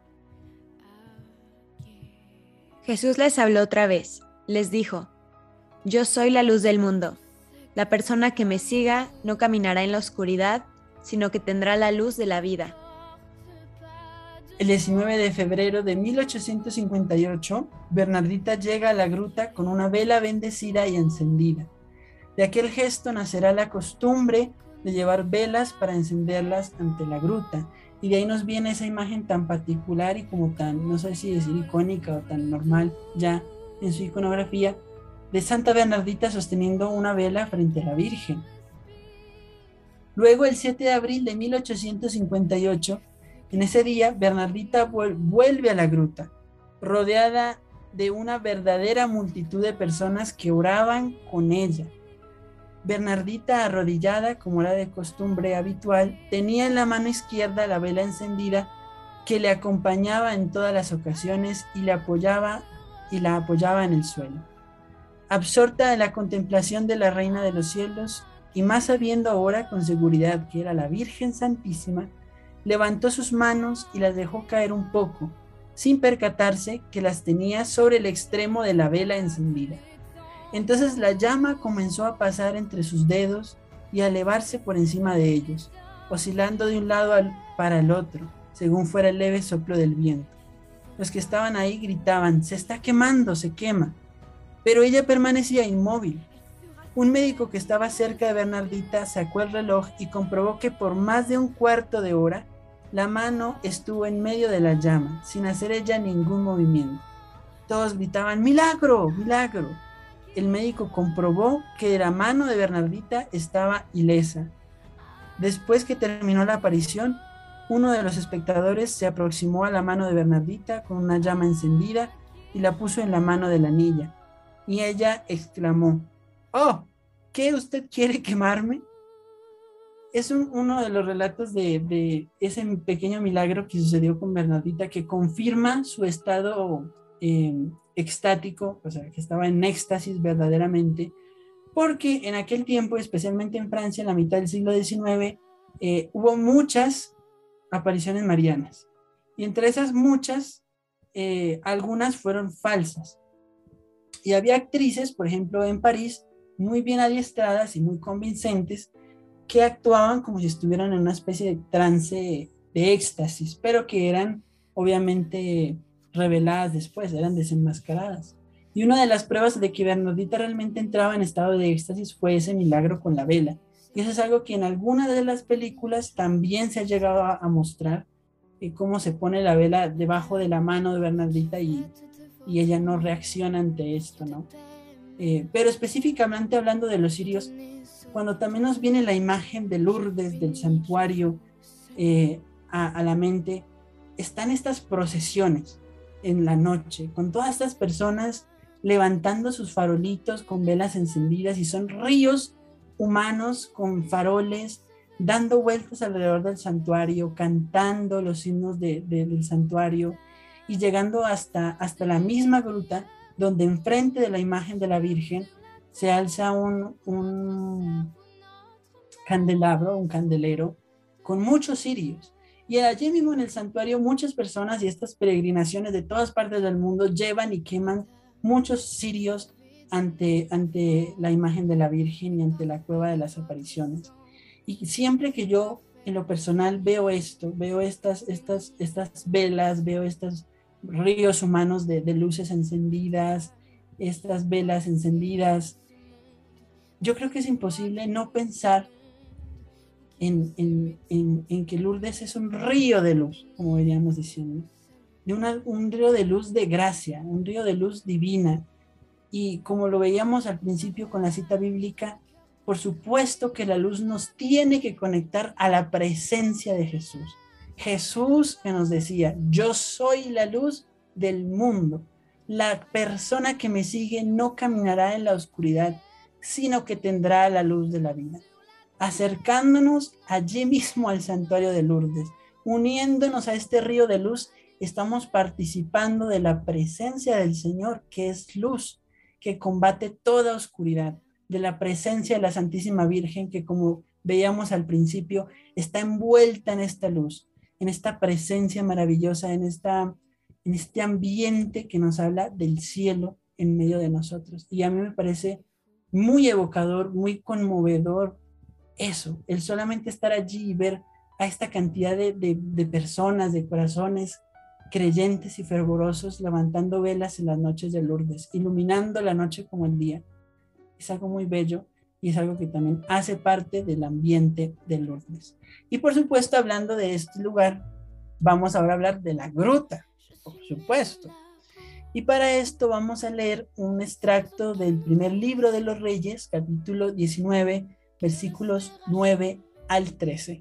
Jesús les habló otra vez. Les dijo: Yo soy la luz del mundo. La persona que me siga no caminará en la oscuridad, sino que tendrá la luz de la vida. El diecinueve de febrero de mil ochocientos cincuenta y ocho, Bernardita llega a la gruta con una vela bendecida y encendida. De aquel gesto nacerá la costumbre de llevar velas para encenderlas ante la gruta. Y de ahí nos viene esa imagen tan particular y como tan, no sé si decir icónica o tan normal ya en su iconografía, de Santa Bernardita sosteniendo una vela frente a la Virgen. Luego, el siete de abril de mil ochocientos cincuenta y ocho, en ese día, Bernardita vuelve a la gruta, rodeada de una verdadera multitud de personas que oraban con ella. Bernardita, arrodillada como era de costumbre habitual, tenía en la mano izquierda la vela encendida que le acompañaba en todas las ocasiones y le apoyaba y la apoyaba en el suelo. Absorta en la contemplación de la Reina de los Cielos, y más sabiendo ahora con seguridad que era la Virgen Santísima, levantó sus manos y las dejó caer un poco, sin percatarse que las tenía sobre el extremo de la vela encendida. Entonces la llama comenzó a pasar entre sus dedos y a elevarse por encima de ellos, oscilando de un lado al, para el otro, según fuera el leve soplo del viento. Los que estaban ahí gritaban: «Se está quemando, se quema», pero ella permanecía inmóvil. Un médico que estaba cerca de Bernardita sacó el reloj y comprobó que por más de un cuarto de hora la mano estuvo en medio de la llama, sin hacer ella ningún movimiento. Todos gritaban: «¡Milagro! ¡Milagro!». El médico comprobó que la mano de Bernardita estaba ilesa. Después que terminó la aparición, uno de los espectadores se aproximó a la mano de Bernardita con una llama encendida y la puso en la mano de la niña. Y ella exclamó: «¡Oh! ¿Qué usted quiere quemarme?». Es un, uno de los relatos de, de ese pequeño milagro que sucedió con Bernardita, que confirma su estado eh, extático, o sea, que estaba en éxtasis verdaderamente, porque en aquel tiempo, especialmente en Francia, en la mitad del siglo diecinueve, eh, hubo muchas apariciones marianas. Y entre esas muchas, eh, algunas fueron falsas. Y había actrices, por ejemplo, en París, muy bien adiestradas y muy convincentes, que actuaban como si estuvieran en una especie de trance de éxtasis, pero que eran obviamente reveladas después, eran desenmascaradas. Y una de las pruebas de que Bernardita realmente entraba en estado de éxtasis fue ese milagro con la vela. Y eso es algo que en algunas de las películas también se ha llegado a, a mostrar, eh, cómo se pone la vela debajo de la mano de Bernardita y, y ella no reacciona ante esto, ¿no? Eh, pero específicamente hablando de los cirios, cuando también nos viene la imagen de Lourdes, del santuario, eh, a, a la mente, están estas procesiones en la noche, con todas estas personas levantando sus farolitos con velas encendidas, y son ríos humanos con faroles, dando vueltas alrededor del santuario, cantando los himnos de, de, del santuario, y llegando hasta, hasta la misma gruta, donde enfrente de la imagen de la Virgen se alza un, un candelabro, un candelero, con muchos cirios. Y allí mismo en el santuario muchas personas y estas peregrinaciones de todas partes del mundo llevan y queman muchos cirios ante, ante la imagen de la Virgen y ante la cueva de las apariciones. Y siempre que yo en lo personal veo esto, veo estas, estas, estas velas, veo estos ríos humanos de, de luces encendidas, estas velas encendidas, yo creo que es imposible no pensar en, en, en, en que Lourdes es un río de luz, como veníamos diciendo, de una, un río de luz de gracia, un río de luz divina. Y como lo veíamos al principio con la cita bíblica, por supuesto que la luz nos tiene que conectar a la presencia de Jesús. Jesús que nos decía: yo soy la luz del mundo. La persona que me sigue no caminará en la oscuridad, sino que tendrá la luz de la vida. Acercándonos allí mismo al santuario de Lourdes, uniéndonos a este río de luz, estamos participando de la presencia del Señor, que es luz, que combate toda oscuridad, de la presencia de la Santísima Virgen que, como veíamos al principio, está envuelta en esta luz, en esta presencia maravillosa, en, esta, en este ambiente que nos habla del cielo en medio de nosotros. Y a mí me parece muy evocador, muy conmovedor eso, el solamente estar allí y ver a esta cantidad de, de, de personas, de corazones creyentes y fervorosos levantando velas en las noches de Lourdes, iluminando la noche como el día. Es algo muy bello y es algo que también hace parte del ambiente de Lourdes. Y por supuesto, hablando de este lugar, vamos ahora a hablar de la gruta, por supuesto. Y para esto vamos a leer un extracto del primer libro de los Reyes, capítulo diecinueve, versículos nueve al trece.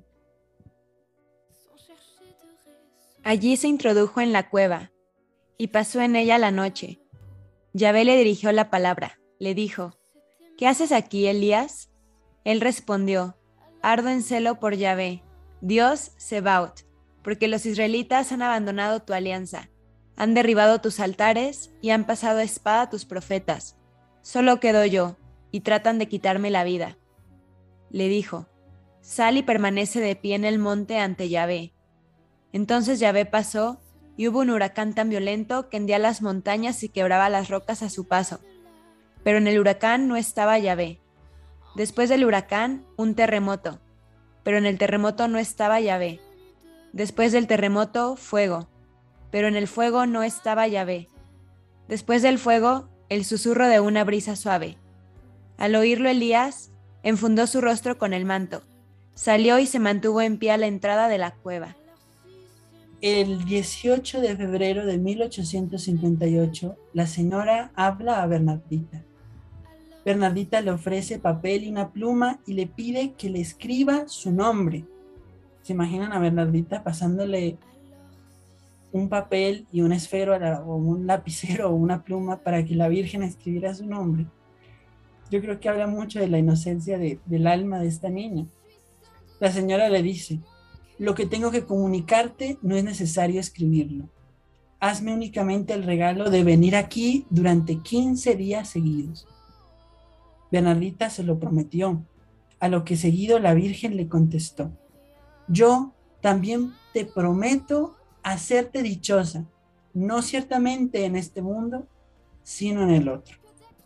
Allí se introdujo en la cueva y pasó en ella la noche. Yahvé le dirigió la palabra, le dijo: ¿Qué haces aquí, Elías? Él respondió: Ardo en celo por Yahvé, Dios Sebaot, porque los israelitas han abandonado tu alianza, han derribado tus altares y han pasado a espada a tus profetas. Solo quedo yo, y tratan de quitarme la vida. Le dijo: Sal y permanece de pie en el monte ante Yahvé. Entonces Yahvé pasó, y hubo un huracán tan violento que hendía las montañas y quebraba las rocas a su paso. Pero en el huracán no estaba Yahvé. Después del huracán, un terremoto. Pero en el terremoto no estaba Yahvé. Después del terremoto, fuego. Pero en el fuego no estaba Yahvé. Después del fuego, el susurro de una brisa suave. Al oírlo Elías, enfundó su rostro con el manto. Salió y se mantuvo en pie a la entrada de la cueva. El dieciocho de febrero de mil ochocientos cincuenta y ocho, la señora habla a Bernardita. Bernardita le ofrece papel y una pluma y le pide que le escriba su nombre. ¿Se imaginan a Bernardita pasándole un papel y un esfero a la, o un lapicero o una pluma para que la Virgen escribiera su nombre? Yo creo que habla mucho de la inocencia de, del alma de esta niña. La señora le dice: lo que tengo que comunicarte no es necesario escribirlo. Hazme únicamente el regalo de venir aquí durante quince días seguidos. Bernardita se lo prometió, a lo que seguido la Virgen le contestó: yo también te prometo hacerte dichosa, no ciertamente en este mundo, sino en el otro.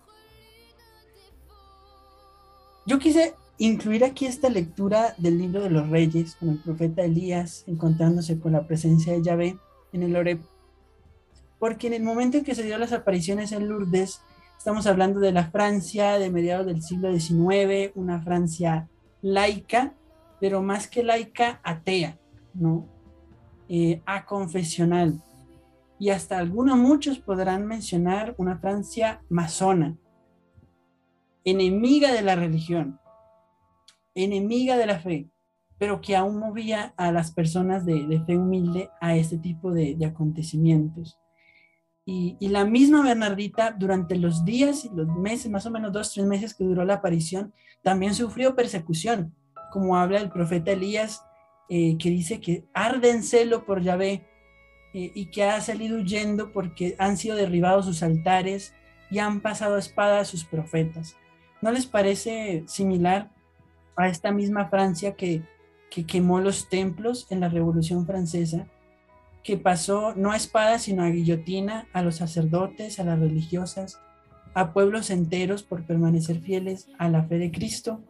Yo quise incluir aquí esta lectura del libro de los Reyes, con el profeta Elías encontrándose con la presencia de Yahvé en el Horeb, porque en el momento en que se dio las apariciones en Lourdes, estamos hablando de la Francia de mediados del siglo diecinueve, una Francia laica, pero más que laica, atea, ¿no? Eh, aconfesional. Y hasta algunos, muchos podrán mencionar una Francia masona, enemiga de la religión, enemiga de la fe, pero que aún movía a las personas de, de fe humilde a este tipo de, de acontecimientos. Y, y la misma Bernardita, durante los días y los meses, más o menos dos, tres meses que duró la aparición, también sufrió persecución, como habla el profeta Elías, eh, que dice que arde en celo por Yahvé, eh, y que ha salido huyendo porque han sido derribados sus altares y han pasado a espada a sus profetas. ¿No les parece similar a esta misma Francia que, que quemó los templos en la Revolución Francesa, que pasó no a espada sino a guillotina a los sacerdotes, a las religiosas, a pueblos enteros por permanecer fieles a la fe de Cristo?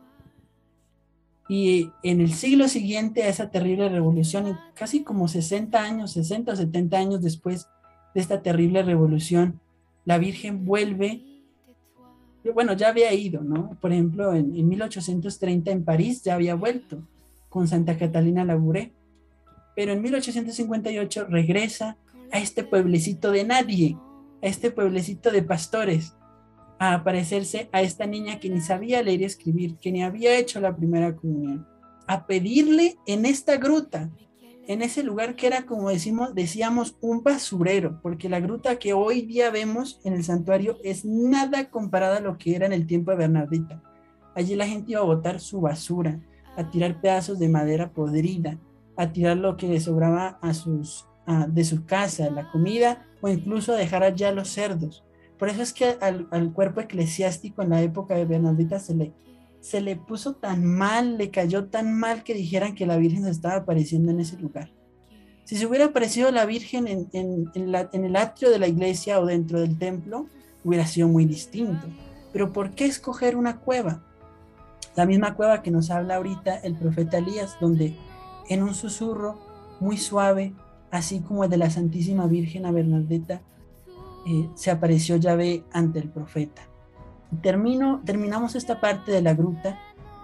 Y en el siglo siguiente a esa terrible revolución, casi como sesenta años, sesenta o setenta años después de esta terrible revolución, la Virgen vuelve. Bueno, ya había ido, ¿no? Por ejemplo, en, en mil ochocientos treinta en París ya había vuelto con Santa Catalina Labouré, pero en mil ochocientos cincuenta y ocho regresa a este pueblecito de nadie, a este pueblecito de pastores, a aparecerse a esta niña que ni sabía leer y escribir, que ni había hecho la primera comunión, a pedirle en esta gruta, en ese lugar que era, como decimos, decíamos, un basurero, porque la gruta que hoy día vemos en el santuario es nada comparada a lo que era en el tiempo de Bernardita. Allí la gente iba a botar su basura, a tirar pedazos de madera podrida, a tirar lo que le sobraba a sus, a, de su casa, la comida, o incluso a dejar allá los cerdos, Por eso es que al, al cuerpo eclesiástico en la época de Bernardita se le, se le puso tan mal, le cayó tan mal que dijeran que la Virgen se estaba apareciendo en ese lugar. Si se hubiera aparecido la Virgen en, en, en, la, en el atrio de la iglesia o dentro del templo, hubiera sido muy distinto. Pero ¿por qué escoger una cueva? La misma cueva que nos habla ahorita el profeta Elías, donde en un susurro muy suave, así como el de la Santísima Virgen a Bernardita, eh, se apareció Yahvé ante el profeta. Termino, terminamos esta parte de la gruta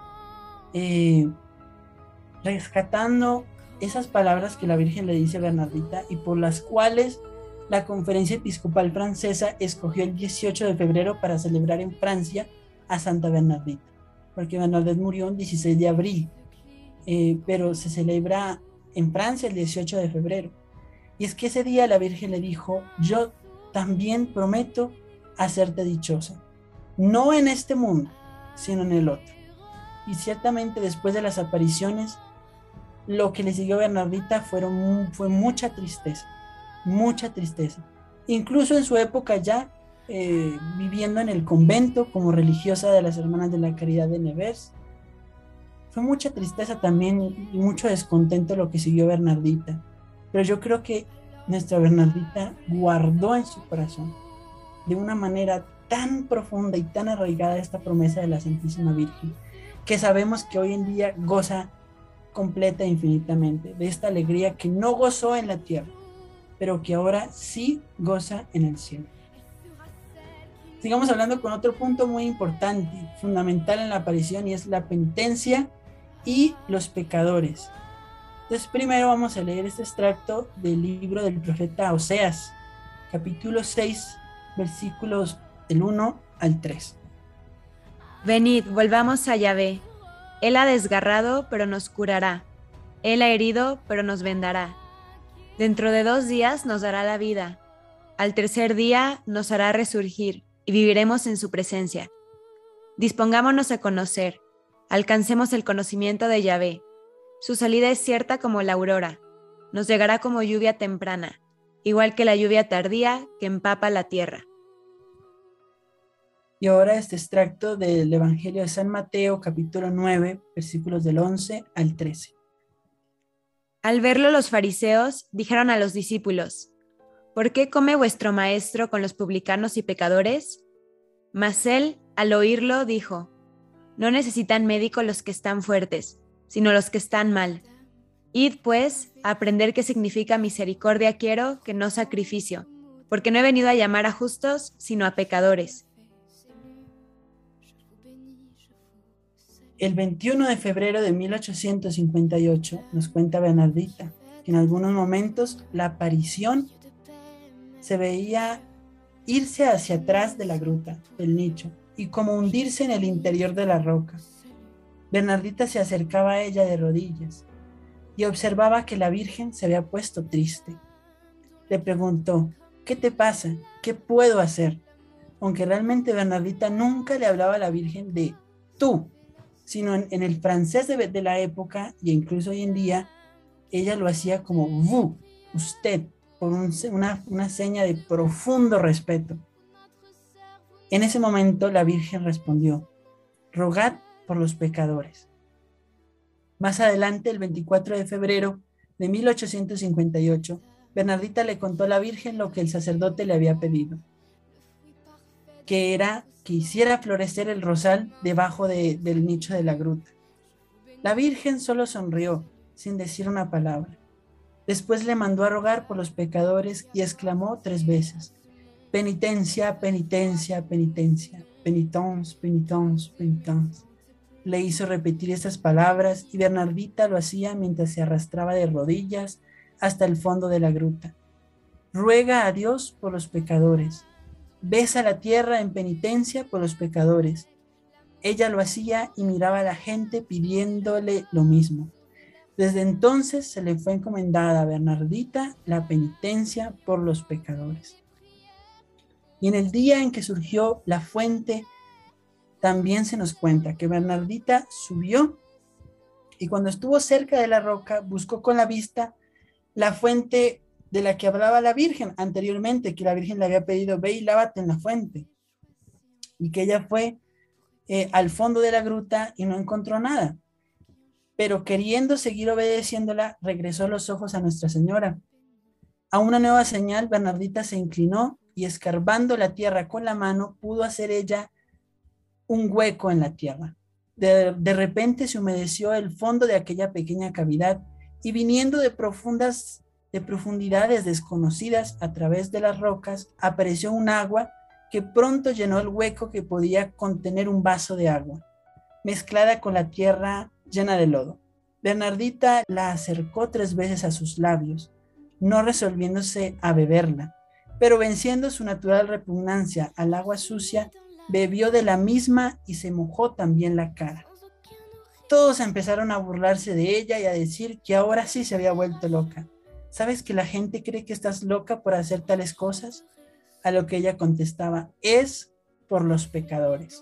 eh, rescatando esas palabras que la Virgen le dice a Bernardita y por las cuales la Conferencia Episcopal Francesa escogió el dieciocho de febrero para celebrar en Francia a Santa Bernardita, porque Bernadette murió el dieciséis de abril, eh, pero se celebra en Francia el dieciocho de febrero. Y es que ese día la Virgen le dijo: yo también prometo hacerte dichosa, no en este mundo, sino en el otro. Y ciertamente después de las apariciones, lo que le siguió a Bernardita fueron, fue mucha tristeza, mucha tristeza. Incluso en su época ya, eh, viviendo en el convento como religiosa de las Hermanas de la Caridad de Nevers, fue mucha tristeza también y mucho descontento lo que siguió a Bernardita. Pero yo creo que nuestra Bernardita guardó en su corazón de una manera tan profunda y tan arraigada esta promesa de la Santísima Virgen, que sabemos que hoy en día goza completa e infinitamente de esta alegría que no gozó en la tierra, pero que ahora sí goza en el cielo. Sigamos hablando con otro punto muy importante, fundamental en la aparición, y es la penitencia y los pecadores. Entonces primero vamos a leer este extracto del libro del profeta Oseas, capítulo seis, versículos del uno al tres. Venid, volvamos a Yahvé. Él ha desgarrado, pero nos curará. Él ha herido, pero nos vendará. Dentro de dos días nos dará la vida. Al tercer día nos hará resurgir y viviremos en su presencia. Dispongámonos a conocer, alcancemos el conocimiento de Yahvé. Su salida es cierta como la aurora, nos llegará como lluvia temprana, igual que la lluvia tardía que empapa la tierra. Y ahora este extracto del Evangelio de San Mateo, capítulo nueve, versículos del once al trece. Al verlo los fariseos dijeron a los discípulos: ¿por qué come vuestro maestro con los publicanos y pecadores? Mas él, al oírlo, dijo: no necesitan médico los que están fuertes, sino los que están mal. Id, pues, a aprender qué significa misericordia quiero, que no sacrificio, porque no he venido a llamar a justos, sino a pecadores. El veintiuno de febrero de mil ochocientos cincuenta y ocho, nos cuenta Bernardita, que en algunos momentos la aparición se veía irse hacia atrás de la gruta, del nicho, y como hundirse en el interior de la roca. Bernardita se acercaba a ella de rodillas y observaba que la Virgen se había puesto triste. Le preguntó: ¿qué te pasa? ¿Qué puedo hacer? Aunque realmente Bernardita nunca le hablaba a la Virgen de tú, sino en, en el francés de, de la época, e incluso hoy en día, ella lo hacía como vous, usted, por un, una, una seña de profundo respeto. En ese momento la Virgen respondió: rogad por los pecadores. Más adelante, el veinticuatro de febrero de mil ochocientos cincuenta y ocho, Bernardita le contó a la Virgen lo que el sacerdote le había pedido, que era que hiciera florecer el rosal debajo de, del nicho de la gruta. La Virgen solo sonrió, sin decir una palabra. Después le mandó a rogar por los pecadores y exclamó tres veces: penitencia, penitencia, penitencia, penitence, penitence, penitence. Le hizo repetir estas palabras y Bernardita lo hacía mientras se arrastraba de rodillas hasta el fondo de la gruta. Ruega a Dios por los pecadores. Besa la tierra en penitencia por los pecadores. Ella lo hacía y miraba a la gente pidiéndole lo mismo. Desde entonces se le fue encomendada a Bernardita la penitencia por los pecadores. Y en el día en que surgió la fuente, también se nos cuenta que Bernardita subió y cuando estuvo cerca de la roca buscó con la vista la fuente de la que hablaba la Virgen anteriormente, que la Virgen le había pedido, ve y lávate en la fuente, y que ella fue eh, al fondo de la gruta y no encontró nada, pero queriendo seguir obedeciéndola, regresó los ojos a Nuestra Señora. A una nueva señal, Bernardita se inclinó y escarbando la tierra con la mano, pudo hacer ella un hueco en la tierra. De, de repente se humedeció el fondo de aquella pequeña cavidad y viniendo de profundas, de profundidades desconocidas a través de las rocas, apareció un agua que pronto llenó el hueco que podía contener un vaso de agua, mezclada con la tierra llena de lodo. Bernardita la acercó tres veces a sus labios, no resolviéndose a beberla, pero venciendo su natural repugnancia al agua sucia, bebió de la misma y se mojó también la cara. Todos empezaron a burlarse de ella y a decir que ahora sí se había vuelto loca. ¿Sabes que la gente cree que estás loca por hacer tales cosas? A lo que ella contestaba, es por los pecadores.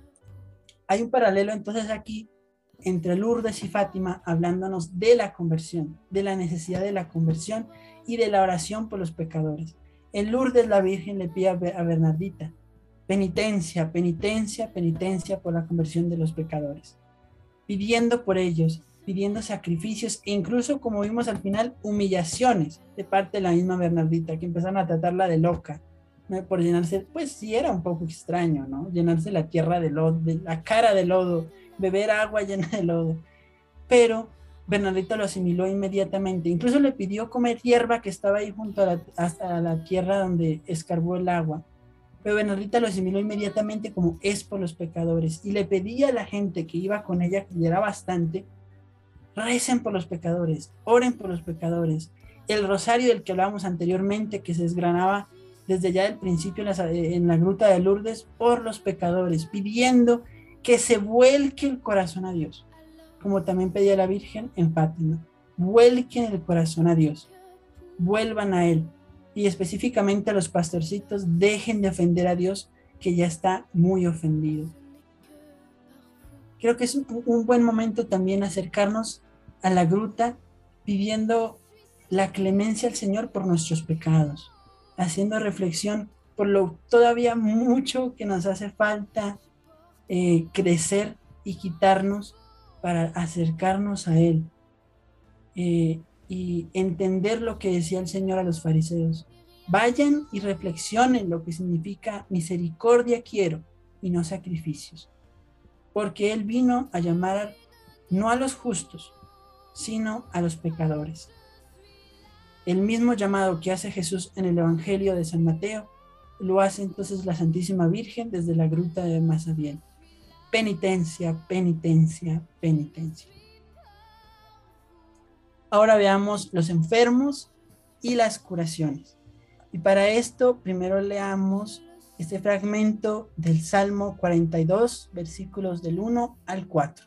Hay un paralelo entonces aquí entre Lourdes y Fátima hablándonos de la conversión, de la necesidad de la conversión y de la oración por los pecadores. En Lourdes la Virgen le pide a Bernardita, penitencia, penitencia, penitencia por la conversión de los pecadores, pidiendo por ellos, pidiendo sacrificios e incluso, como vimos al final, humillaciones de parte de la misma Bernardita, que empezaron a tratarla de loca, ¿no? Por llenarse, pues sí era un poco extraño, ¿no? Llenarse la tierra de lodo, de la cara de lodo, beber agua llena de lodo, pero Bernardita lo asimiló inmediatamente, incluso le pidió comer hierba que estaba ahí junto a la, hasta la tierra donde escarbó el agua, pero Bernardita lo asimiló inmediatamente como es por los pecadores, y le pedía a la gente que iba con ella, que era bastante, recen por los pecadores, oren por los pecadores. El rosario del que hablábamos anteriormente, que se desgranaba desde ya el principio en la, en la gruta de Lourdes, por los pecadores, pidiendo que se vuelque el corazón a Dios, como también pedía la Virgen en Fátima, vuelquen el corazón a Dios, vuelvan a Él, y específicamente a los pastorcitos, dejen de ofender a Dios, que ya está muy ofendido. Creo que es un, un buen momento también acercarnos a la gruta pidiendo la clemencia al Señor por nuestros pecados, haciendo reflexión por lo todavía mucho que nos hace falta eh, crecer y quitarnos para acercarnos a Él eh, y entender lo que decía el Señor a los fariseos. Vayan y reflexionen lo que significa misericordia quiero y no sacrificios, porque Él vino a llamar no a los justos, sino a los pecadores. El mismo llamado que hace Jesús en el Evangelio de San Mateo, lo hace entonces la Santísima Virgen desde la gruta de Masabiel. Penitencia, penitencia, penitencia. Ahora veamos los enfermos y las curaciones. Y para esto, primero leamos este fragmento del Salmo cuarenta y dos, versículos del uno al cuatro.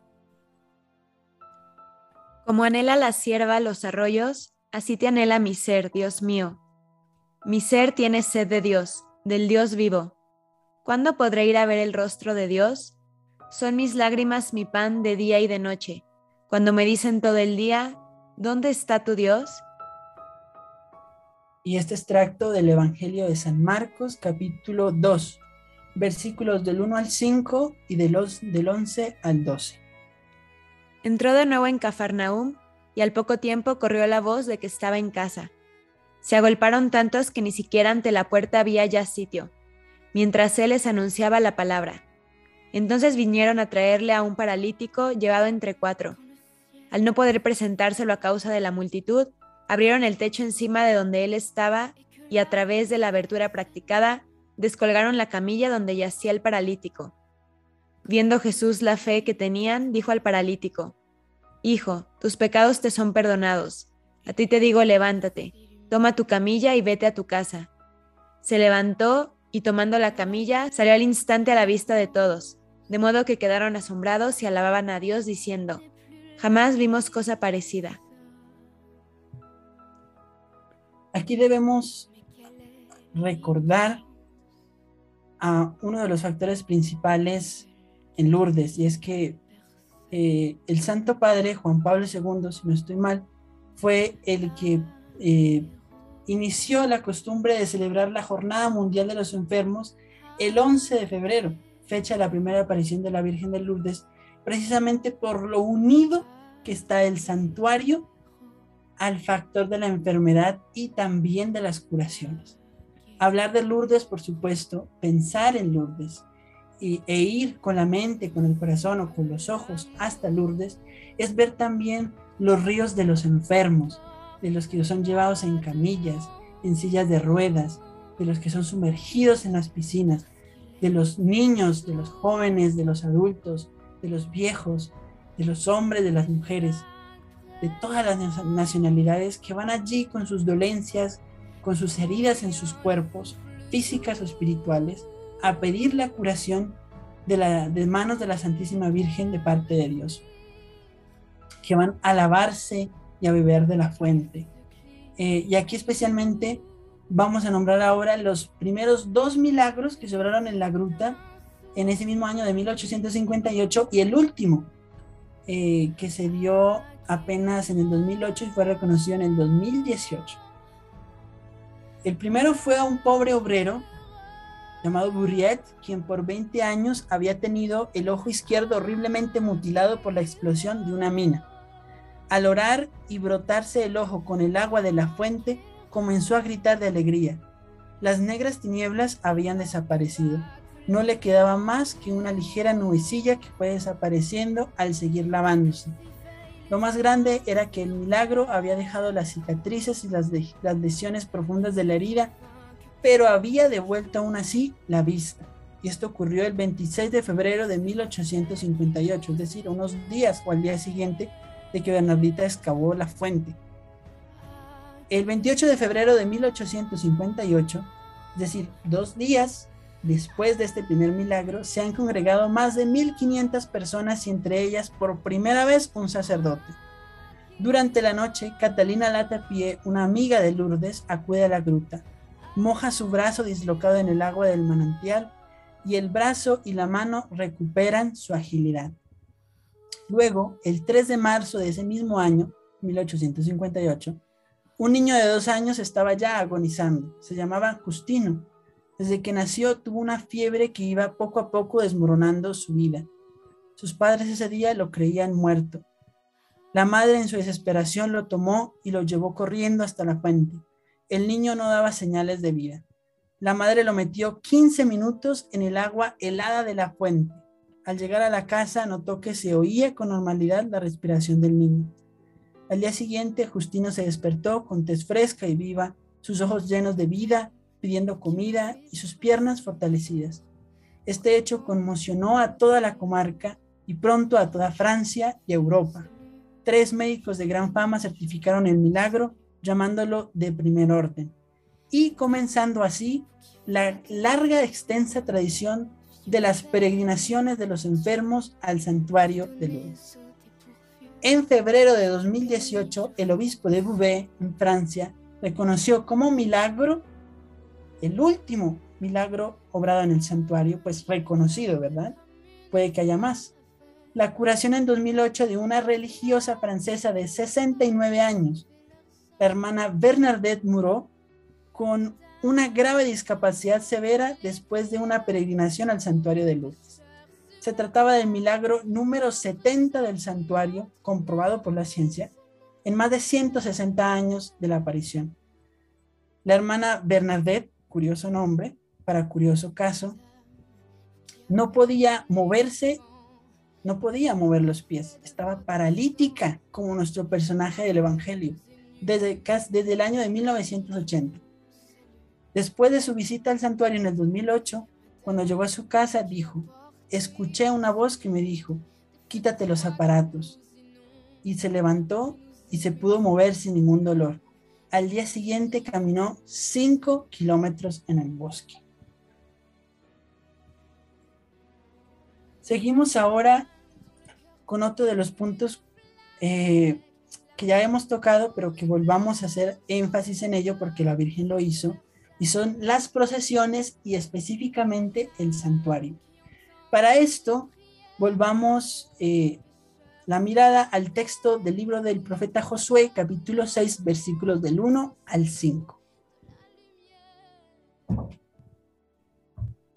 Como anhela la sierva los arroyos, así te anhela mi ser, Dios mío. Mi ser tiene sed de Dios, del Dios vivo. ¿Cuándo podré ir a ver el rostro de Dios? Son mis lágrimas mi pan de día y de noche, cuando me dicen todo el día, ¿dónde está tu Dios? Y este extracto del Evangelio de San Marcos, capítulo dos, versículos del uno al cinco y de los, del once al doce. Entró de nuevo en Cafarnaúm y al poco tiempo corrió la voz de que estaba en casa. Se agolparon tantos que ni siquiera ante la puerta había ya sitio, mientras él les anunciaba la palabra. Entonces vinieron a traerle a un paralítico llevado entre cuatro. Al no poder presentárselo a causa de la multitud, abrieron el techo encima de donde él estaba y a través de la abertura practicada, descolgaron la camilla donde yacía el paralítico. Viendo Jesús la fe que tenían, dijo al paralítico, «Hijo, tus pecados te son perdonados. A ti te digo, levántate, toma tu camilla y vete a tu casa». Se levantó y tomando la camilla, salió al instante a la vista de todos, de modo que quedaron asombrados y alababan a Dios diciendo, «Jamás vimos cosa parecida». Aquí debemos recordar a uno de los factores principales en Lourdes, y es que eh, el Santo Padre Juan Pablo segundo, si no estoy mal, fue el que eh, inició la costumbre de celebrar la Jornada Mundial de los Enfermos el once de febrero, fecha de la primera aparición de la Virgen de Lourdes, precisamente por lo unido que está el santuario al factor de la enfermedad y también de las curaciones. Hablar de Lourdes, por supuesto, pensar en Lourdes y, e ir con la mente, con el corazón o con los ojos hasta Lourdes, es ver también los ríos de los enfermos, de los que son llevados en camillas, en sillas de ruedas, de los que son sumergidos en las piscinas, de los niños, de los jóvenes, de los adultos, de los viejos, de los hombres, de las mujeres, de todas las nacionalidades que van allí con sus dolencias, con sus heridas en sus cuerpos, físicas o espirituales, a pedir la curación de, la, de manos de la Santísima Virgen de parte de Dios, que van a lavarse y a beber de la fuente. Eh, y aquí especialmente vamos a nombrar ahora los primeros dos milagros que se obraron en la gruta en ese mismo año de mil ochocientos cincuenta y ocho, y el último eh, que se dio apenas en el dos mil ocho y fue reconocido en el dos mil dieciocho. El primero fue a un pobre obrero llamado Burriet, quien por veinte años había tenido el ojo izquierdo horriblemente mutilado por la explosión de una mina. Al orar y brotarse el ojo con el agua de la fuente, comenzó a gritar de alegría. Las negras tinieblas habían desaparecido. No le quedaba más que una ligera nubecilla que fue desapareciendo al seguir lavándose. Lo más grande era que el milagro había dejado las cicatrices y las, de, las lesiones profundas de la herida, pero había devuelto aún así la vista. Y esto ocurrió el veintiséis de febrero de mil ochocientos cincuenta y ocho, es decir, unos días o al día siguiente de que Bernardita excavó la fuente. El veintiocho de febrero de mil ochocientos cincuenta y ocho, es decir, dos días después de este primer milagro, se han congregado más de mil quinientas personas y entre ellas por primera vez un sacerdote. Durante la noche, Catalina Latapie, una amiga de Lourdes, acude a la gruta, moja su brazo dislocado en el agua del manantial y el brazo y la mano recuperan su agilidad. Luego, el tres de marzo de ese mismo año, mil ochocientos cincuenta y ocho, un niño de dos años estaba ya agonizando. Se llamaba Justino. Desde que nació tuvo una fiebre que iba poco a poco desmoronando su vida. Sus padres ese día lo creían muerto. La madre en su desesperación lo tomó y lo llevó corriendo hasta la fuente. El niño no daba señales de vida. La madre lo metió quince minutos en el agua helada de la fuente. Al llegar a la casa notó que se oía con normalidad la respiración del niño. Al día siguiente, Justino se despertó con tez fresca y viva, sus ojos llenos de vida, pidiendo comida y sus piernas fortalecidas. Este hecho conmocionó a toda la comarca y pronto a toda Francia y Europa. Tres médicos de gran fama certificaron el milagro, llamándolo de primer orden, y comenzando así la larga extensa tradición de las peregrinaciones de los enfermos al santuario de Lourdes. En febrero de dos mil dieciocho, el obispo de Beauvais, en Francia, reconoció como milagro, el último milagro obrado en el santuario, pues reconocido, ¿verdad? Puede que haya más. La curación en dos mil ocho de una religiosa francesa de sesenta y nueve años, la hermana Bernadette Moreau, con una grave discapacidad severa después de una peregrinación al santuario de Lourdes. Se trataba del milagro número setenta del santuario, comprobado por la ciencia, en más de ciento sesenta años de la aparición. La hermana Bernadette, curioso nombre, para curioso caso, no podía moverse, no podía mover los pies, estaba paralítica, como nuestro personaje del Evangelio, desde, desde el año de mil novecientos ochenta. Después de su visita al santuario en el dos mil ocho, cuando llegó a su casa, dijo: escuché una voz que me dijo, quítate los aparatos. Y se levantó y se pudo mover sin ningún dolor. Al día siguiente caminó cinco kilómetros en el bosque. Seguimos ahora con otro de los puntos eh, que ya hemos tocado, pero que volvamos a hacer énfasis en ello porque la Virgen lo hizo, y son las procesiones y específicamente el santuario. Para esto, volvamos eh, la mirada al texto del libro del profeta Josué, capítulo seis, versículos del uno al cinco.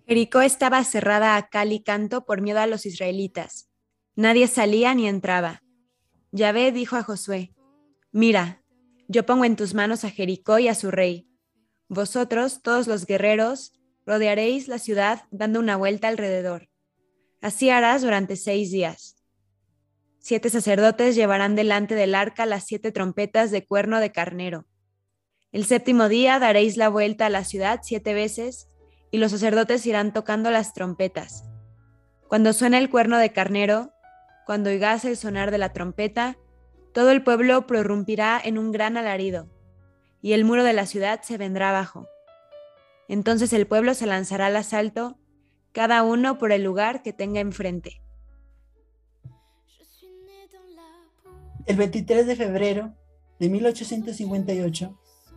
Jericó estaba cerrada a cal y canto por miedo a los israelitas. Nadie salía ni entraba. Yahvé dijo a Josué: Mira, yo pongo en tus manos a Jericó y a su rey. Vosotros, todos los guerreros, rodearéis la ciudad dando una vuelta alrededor. Así harás durante seis días. Siete sacerdotes llevarán delante del arca las siete trompetas de cuerno de carnero. El séptimo día daréis la vuelta a la ciudad siete veces, y los sacerdotes irán tocando las trompetas. Cuando suene el cuerno de carnero, cuando oigas el sonar de la trompeta, todo el pueblo prorrumpirá en un gran alarido, y el muro de la ciudad se vendrá abajo. Entonces el pueblo se lanzará al asalto, cada uno por el lugar que tenga enfrente. El veintitrés de febrero de mil ochocientos cincuenta y ocho,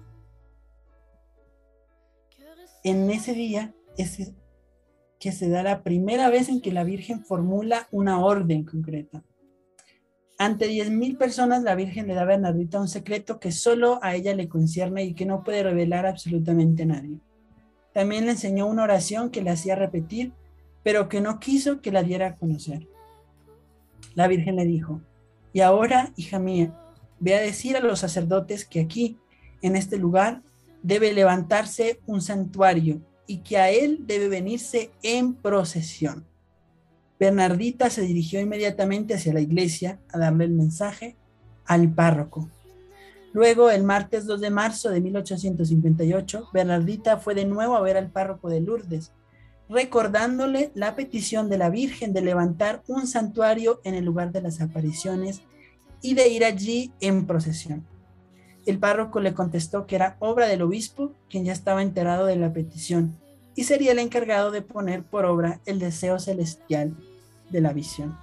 en ese día es que se da la primera vez en que la Virgen formula una orden concreta. Ante diez mil personas, la Virgen le da a Bernardita un secreto que solo a ella le concierne y que no puede revelar absolutamente a nadie. También le enseñó una oración que le hacía repetir, pero que no quiso que la diera a conocer. La Virgen le dijo: y ahora, hija mía, ve a decir a los sacerdotes que aquí, en este lugar, debe levantarse un santuario y que a él debe venirse en procesión. Bernardita se dirigió inmediatamente hacia la iglesia a darle el mensaje al párroco. Luego, el martes dos de marzo de mil ochocientos cincuenta y ocho, Bernardita fue de nuevo a ver al párroco de Lourdes, recordándole la petición de la Virgen de levantar un santuario en el lugar de las apariciones y de ir allí en procesión. El párroco le contestó que era obra del obispo, quien ya estaba enterado de la petición, y sería el encargado de poner por obra el deseo celestial de la visión.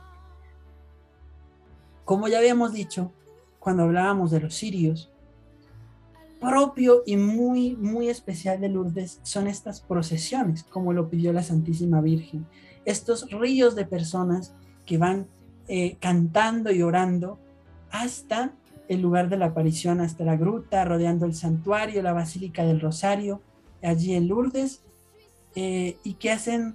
Como ya habíamos dicho, cuando hablábamos de los cirios, propio y muy, muy especial de Lourdes son estas procesiones, como lo pidió la Santísima Virgen. Estos ríos de personas que van eh, cantando y orando hasta el lugar de la aparición, hasta la gruta, rodeando el santuario, la Basílica del Rosario, allí en Lourdes, eh, y que hacen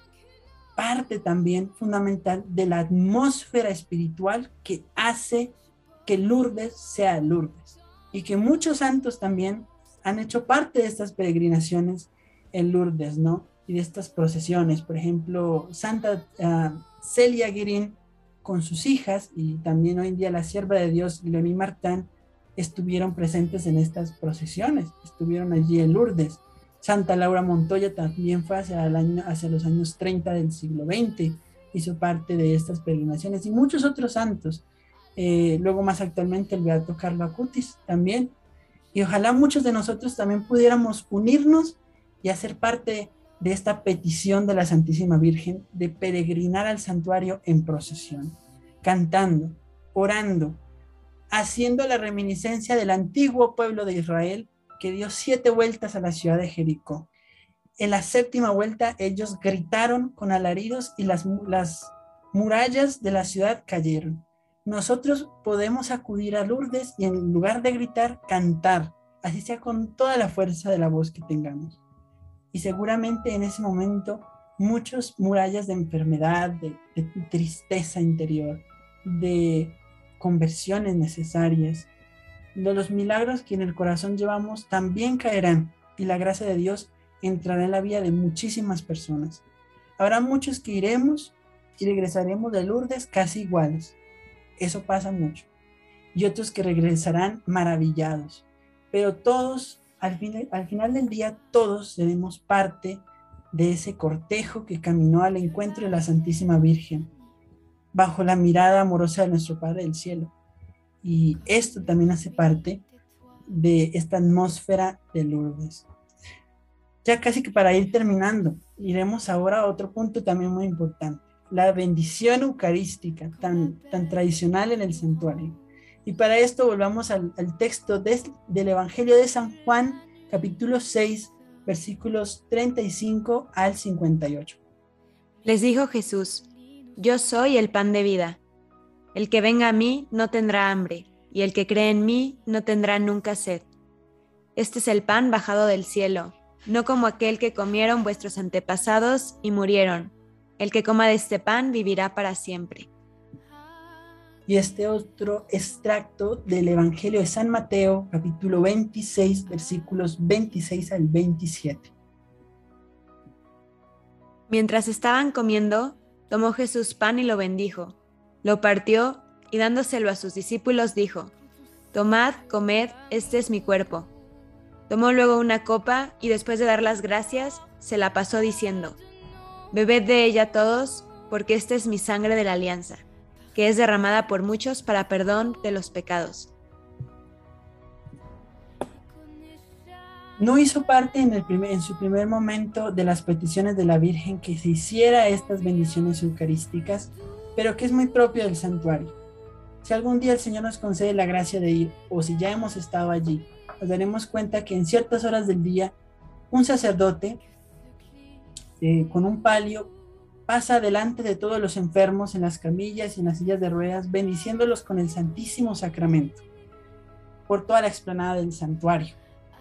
parte también fundamental de la atmósfera espiritual que hace que Lourdes sea Lourdes, y que muchos santos también han hecho parte de estas peregrinaciones en Lourdes, ¿no? Y de estas procesiones. Por ejemplo, Santa uh, Celia Guerin con sus hijas, y también hoy en día la sierva de Dios, Leonie Martin, estuvieron presentes en estas procesiones, estuvieron allí en Lourdes. Santa Laura Montoya también fue hacia, el año, hacia los años treinta del siglo veinte, hizo parte de estas peregrinaciones, y muchos otros santos. Eh, luego más actualmente el Beato Carlo Acutis también, y ojalá muchos de nosotros también pudiéramos unirnos y hacer parte de esta petición de la Santísima Virgen de peregrinar al santuario en procesión, cantando, orando, haciendo la reminiscencia del antiguo pueblo de Israel que dio siete vueltas a la ciudad de Jericó. En la séptima vuelta ellos gritaron con alaridos y las, las murallas de la ciudad cayeron. Nosotros podemos acudir a Lourdes y en lugar de gritar, cantar, así sea con toda la fuerza de la voz que tengamos. Y seguramente en ese momento muchas murallas de enfermedad, de, de tristeza interior, de conversiones necesarias, de los milagros que en el corazón llevamos también caerán, y la gracia de Dios entrará en la vida de muchísimas personas. Habrá muchos que iremos y regresaremos de Lourdes casi iguales. Eso pasa mucho. Y otros que regresarán maravillados. Pero todos, al, fin, al final del día, todos seremos parte de ese cortejo que caminó al encuentro de la Santísima Virgen, bajo la mirada amorosa de nuestro Padre del Cielo. Y esto también hace parte de esta atmósfera de Lourdes. Ya casi que para ir terminando, iremos ahora a otro punto también muy importante. La bendición eucarística, tan, tan tradicional en el santuario. Y para esto volvamos al, al texto de, del Evangelio de San Juan, capítulo seis, versículos treinta y cinco al cincuenta y ocho. Les dijo Jesús: Yo soy el pan de vida. El que venga a mí no tendrá hambre, y el que cree en mí no tendrá nunca sed. Este es el pan bajado del cielo, no como aquel que comieron vuestros antepasados y murieron. El que coma de este pan vivirá para siempre. Y este otro extracto del Evangelio de San Mateo, capítulo veintiséis, versículos veintiséis al veintisiete. Mientras estaban comiendo, tomó Jesús pan y lo bendijo. Lo partió y dándoselo a sus discípulos dijo: Tomad, comed, este es mi cuerpo. Tomó luego una copa y después de dar las gracias, se la pasó diciendo: Bebed de ella todos, porque esta es mi sangre de la alianza, que es derramada por muchos para perdón de los pecados. No hizo parte en, el primer, en su primer momento de las peticiones de la Virgen que se hiciera estas bendiciones eucarísticas, pero que es muy propio del santuario. Si algún día el Señor nos concede la gracia de ir, o si ya hemos estado allí, nos daremos cuenta que en ciertas horas del día, un sacerdote eh, con un palio pasa delante de todos los enfermos en las camillas y en las sillas de ruedas, bendiciéndolos con el Santísimo Sacramento por toda la explanada del santuario.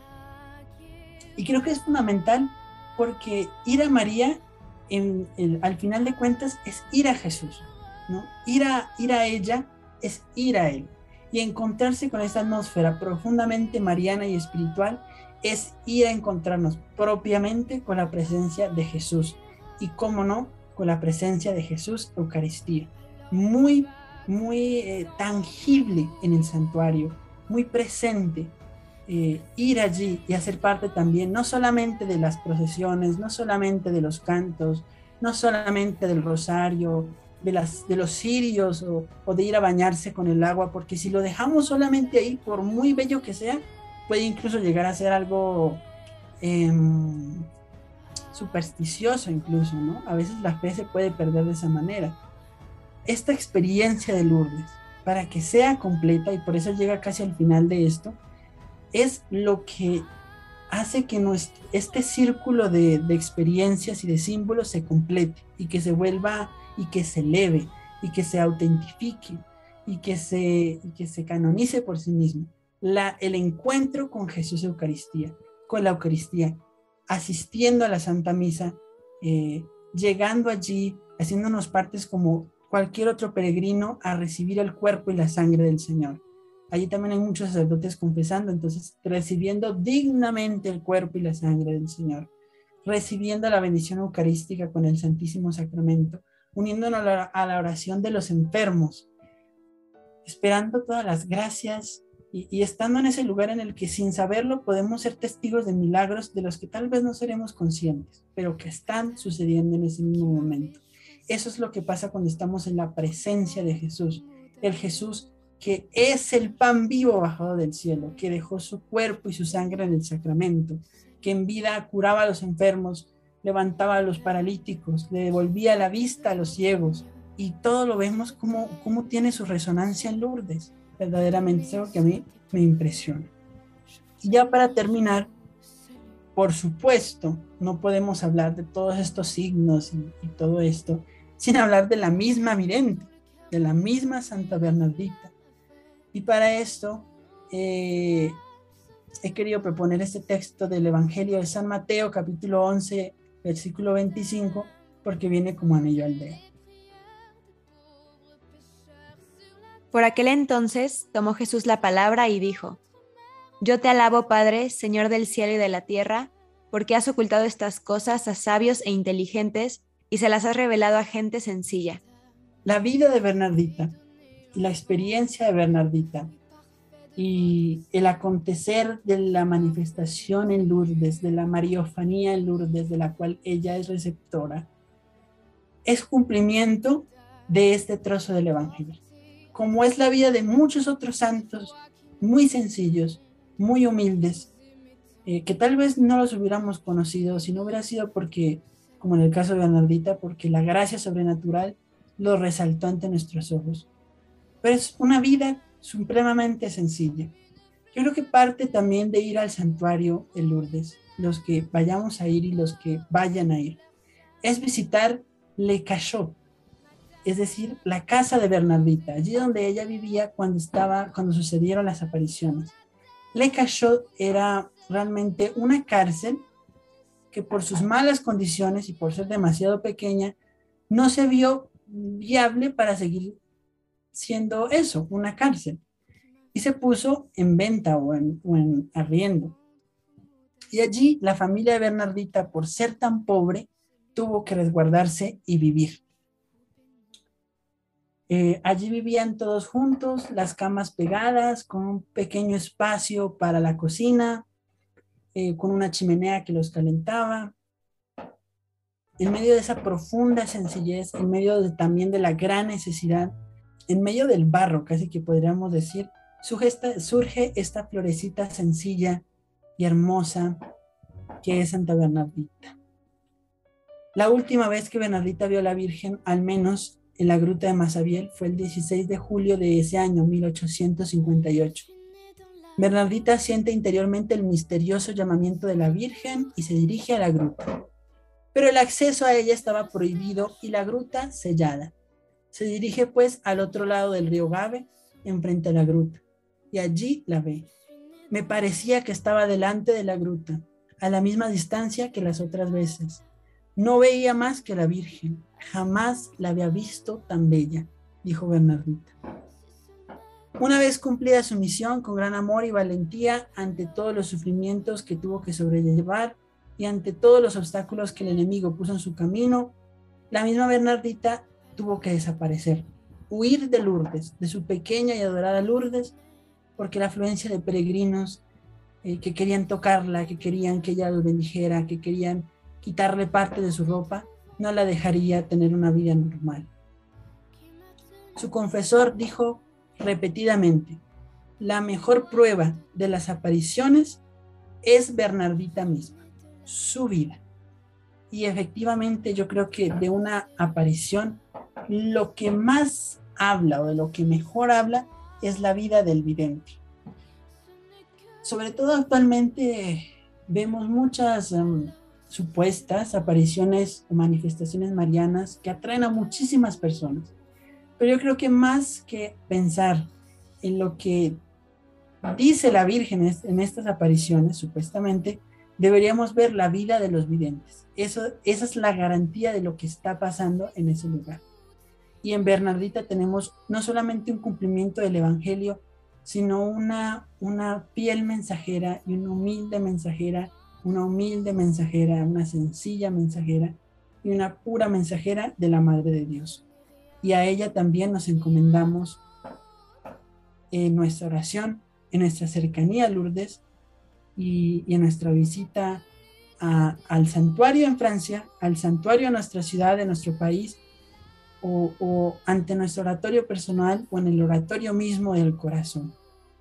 Y creo que es fundamental porque ir a María, en, en, al final de cuentas, es ir a Jesús, ¿no? Ir a, ir a ella es ir a Él. Y encontrarse con esta atmósfera profundamente mariana y espiritual es ir a encontrarnos propiamente con la presencia de Jesús. Y cómo no, con la presencia de Jesús Eucaristía. Muy, muy eh, tangible en el santuario, muy presente. Eh, ir allí y hacer parte también, no solamente de las procesiones, no solamente de los cantos, no solamente del rosario, de, las, de los cirios o, o de ir a bañarse con el agua, porque si lo dejamos solamente ahí, por muy bello que sea, puede incluso llegar a ser algo eh, supersticioso incluso, ¿no? A veces la fe se puede perder de esa manera. Esta experiencia de Lourdes, para que sea completa, y por eso llega casi al final de esto, es lo que hace que nuestro, este círculo de, de experiencias y de símbolos se complete y que se vuelva y que se eleve y que se autentifique y que se, y que se canonice por sí mismo. La, el encuentro con Jesús Eucaristía, con la Eucaristía, asistiendo a la Santa Misa, eh, llegando allí, haciéndonos partes como cualquier otro peregrino a recibir el cuerpo y la sangre del Señor. Allí también hay muchos sacerdotes confesando, entonces recibiendo dignamente el cuerpo y la sangre del Señor, recibiendo la bendición eucarística con el Santísimo Sacramento, uniéndonos a la oración de los enfermos, esperando todas las gracias y, y estando en ese lugar en el que sin saberlo podemos ser testigos de milagros de los que tal vez no seremos conscientes, pero que están sucediendo en ese mismo momento. Eso es lo que pasa cuando estamos en la presencia de Jesús, el Jesús que es el pan vivo bajado del cielo, que dejó su cuerpo y su sangre en el sacramento, que en vida curaba a los enfermos, levantaba a los paralíticos, le devolvía la vista a los ciegos, y todo lo vemos como, como tiene su resonancia en Lourdes. Verdaderamente es algo que a mí me impresiona. Y ya para terminar, por supuesto, no podemos hablar de todos estos signos y, y todo esto sin hablar de la misma vidente, de la misma Santa Bernardita. Y para esto eh, he querido proponer este texto del Evangelio de San Mateo, capítulo once, versículo veinticinco, porque viene como anillo al dedo. Por aquel entonces tomó Jesús la palabra y dijo: Yo te alabo, Padre, Señor del cielo y de la tierra, porque has ocultado estas cosas a sabios e inteligentes y se las has revelado a gente sencilla. La vida de Bernardita y la experiencia de Bernardita y el acontecer de la manifestación en Lourdes, de la Mariofanía en Lourdes, de la cual ella es receptora, es cumplimiento de este trozo del Evangelio. Como es la vida de muchos otros santos muy sencillos, muy humildes, eh, que tal vez no los hubiéramos conocido si no hubiera sido porque, como en el caso de Bernardita, porque la gracia sobrenatural lo resaltó ante nuestros ojos. Pero es una vida supremamente sencilla. Yo creo que parte también de ir al santuario de Lourdes, los que vayamos a ir y los que vayan a ir, es visitar Le Cachot, es decir, la casa de Bernardita, allí donde ella vivía cuando, estaba, cuando sucedieron las apariciones. Le Cachot era realmente una cárcel que por sus malas condiciones y por ser demasiado pequeña, no se vio viable para seguir siendo eso, una cárcel. Y se puso en venta o en, o en arriendo. Y allí la familia de Bernardita, por ser tan pobre, tuvo que resguardarse y vivir. Eh, allí vivían todos juntos, las camas pegadas, con un pequeño espacio para la cocina, eh, con una chimenea que los calentaba. En medio de esa profunda sencillez, en medio de, también de la gran necesidad, en medio del barro, casi que podríamos decir, surge esta, surge esta florecita sencilla y hermosa que es Santa Bernardita. La última vez que Bernardita vio a la Virgen, al menos en la gruta de Masabiel, fue el dieciséis de julio de ese año, mil ochocientos cincuenta y ocho. Bernardita siente interiormente el misterioso llamamiento de la Virgen y se dirige a la gruta. Pero el acceso a ella estaba prohibido y la gruta sellada. Se dirige pues al otro lado del río Gave, enfrente a la gruta, y allí la ve. Me parecía que estaba delante de la gruta, a la misma distancia que las otras veces. No veía más que la Virgen, jamás la había visto tan bella, dijo Bernardita. Una vez cumplida su misión con gran amor y valentía ante todos los sufrimientos que tuvo que sobrellevar y ante todos los obstáculos que el enemigo puso en su camino, la misma Bernardita tuvo que desaparecer, huir de Lourdes, de su pequeña y adorada Lourdes, porque la afluencia de peregrinos eh, que querían tocarla, que querían que ella los bendijera, que querían quitarle parte de su ropa, no la dejaría tener una vida normal. Su confesor dijo repetidamente, la mejor prueba de las apariciones es Bernardita misma, su vida. Y efectivamente yo creo que de una aparición lo que más habla o de lo que mejor habla es la vida del vidente. Sobre todo actualmente vemos muchas um, supuestas apariciones o manifestaciones marianas que atraen a muchísimas personas. Pero yo creo que más que pensar en lo que dice la Virgen en estas apariciones, supuestamente, deberíamos ver la vida de los videntes. Eso, esa es la garantía de lo que está pasando en ese lugar. Y en Bernardita tenemos no solamente un cumplimiento del Evangelio, sino una, una fiel mensajera y una humilde mensajera, una humilde mensajera, una sencilla mensajera y una pura mensajera de la Madre de Dios. Y a ella también nos encomendamos en nuestra oración, en nuestra cercanía a Lourdes y, y en nuestra visita a, al santuario en Francia, al santuario de nuestra ciudad, de nuestro país, o, o ante nuestro oratorio personal o en el oratorio mismo del corazón.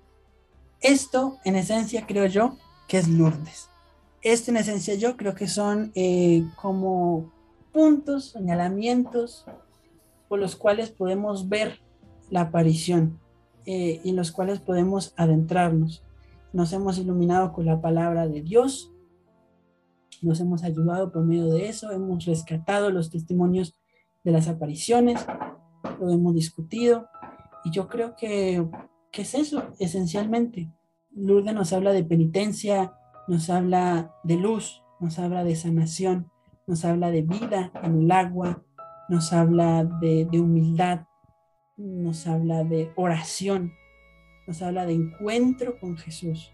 Esto, en esencia, creo yo, que es Lourdes. Esto, en esencia, yo creo que son eh, como puntos, señalamientos por los cuales podemos ver la aparición eh, y los cuales podemos adentrarnos. Nos hemos iluminado con la palabra de Dios, nos hemos ayudado por medio de eso, hemos rescatado los testimonios de las apariciones, lo hemos discutido y yo creo que, que es eso, esencialmente. Lourdes nos habla de penitencia, nos habla de luz, nos habla de sanación, nos habla de vida en el agua, nos habla de, de humildad, nos habla de oración, nos habla de encuentro con Jesús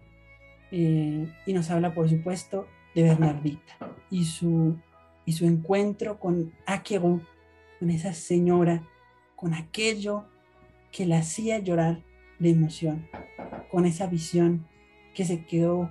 eh, y nos habla, por supuesto, de Bernardita y su, y su encuentro con Aquerón, con esa señora, con aquello que la hacía llorar de emoción, con esa visión que se quedó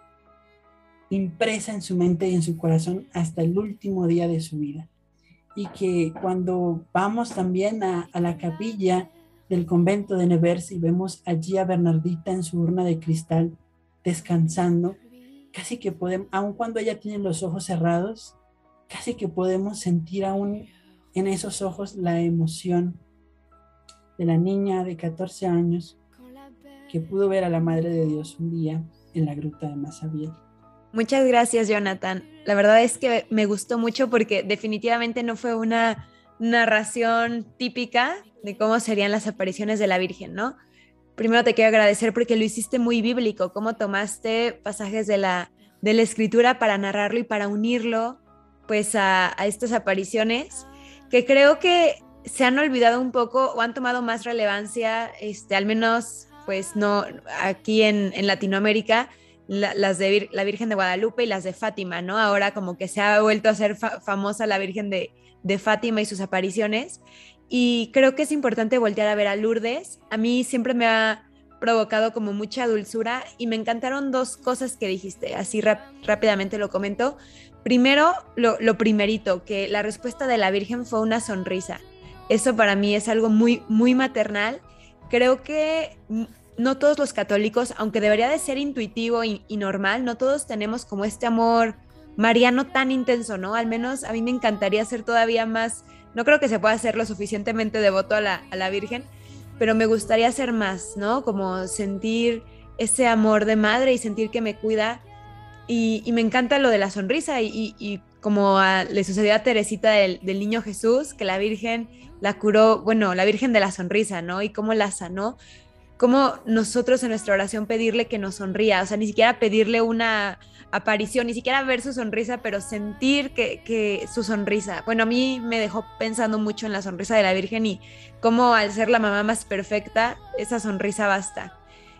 impresa en su mente y en su corazón hasta el último día de su vida. Y que cuando vamos también a, a la capilla del convento de Nevers y vemos allí a Bernardita en su urna de cristal descansando, casi que podemos, aun cuando ella tiene los ojos cerrados, casi que podemos sentir aún en esos ojos la emoción de la niña de catorce años que pudo ver a la Madre de Dios un día en la gruta de Masabiel. Muchas gracias, Jonathan. La verdad es que me gustó mucho porque definitivamente no fue una narración típica de cómo serían las apariciones de la Virgen, ¿no? Primero te quiero agradecer porque lo hiciste muy bíblico, cómo tomaste pasajes de la, de la escritura para narrarlo y para unirlo pues a, a estas apariciones que creo que se han olvidado un poco o han tomado más relevancia, este, al menos pues no aquí en, en Latinoamérica, la, las de Vir, la Virgen de Guadalupe y las de Fátima, ¿no? Ahora como que se ha vuelto a ser fa famosa la Virgen de, de Fátima y sus apariciones, y creo que es importante voltear a ver a Lourdes. A mí siempre me ha provocado como mucha dulzura y me encantaron dos cosas que dijiste, así rap rápidamente lo comento. Primero, lo, lo primerito, que la respuesta de la Virgen fue una sonrisa. Eso para mí es algo muy, muy maternal. Creo que no todos los católicos, aunque debería de ser intuitivo y, y normal, no todos tenemos como este amor mariano tan intenso, ¿no? Al menos a mí me encantaría ser todavía más, no creo que se pueda ser lo suficientemente devoto a la, a la Virgen, pero me gustaría ser más, ¿no? Como sentir ese amor de madre y sentir que me cuida. Y, y me encanta lo de la sonrisa y, y, y como a, le sucedió a Teresita del, del Niño Jesús, que la Virgen la curó, bueno, la Virgen de la Sonrisa, ¿no? Y cómo la sanó, cómo nosotros en nuestra oración pedirle que nos sonría, o sea, ni siquiera pedirle una aparición, ni siquiera ver su sonrisa, pero sentir que, que su sonrisa, bueno, a mí me dejó pensando mucho en la sonrisa de la Virgen y cómo al ser la mamá más perfecta, esa sonrisa basta.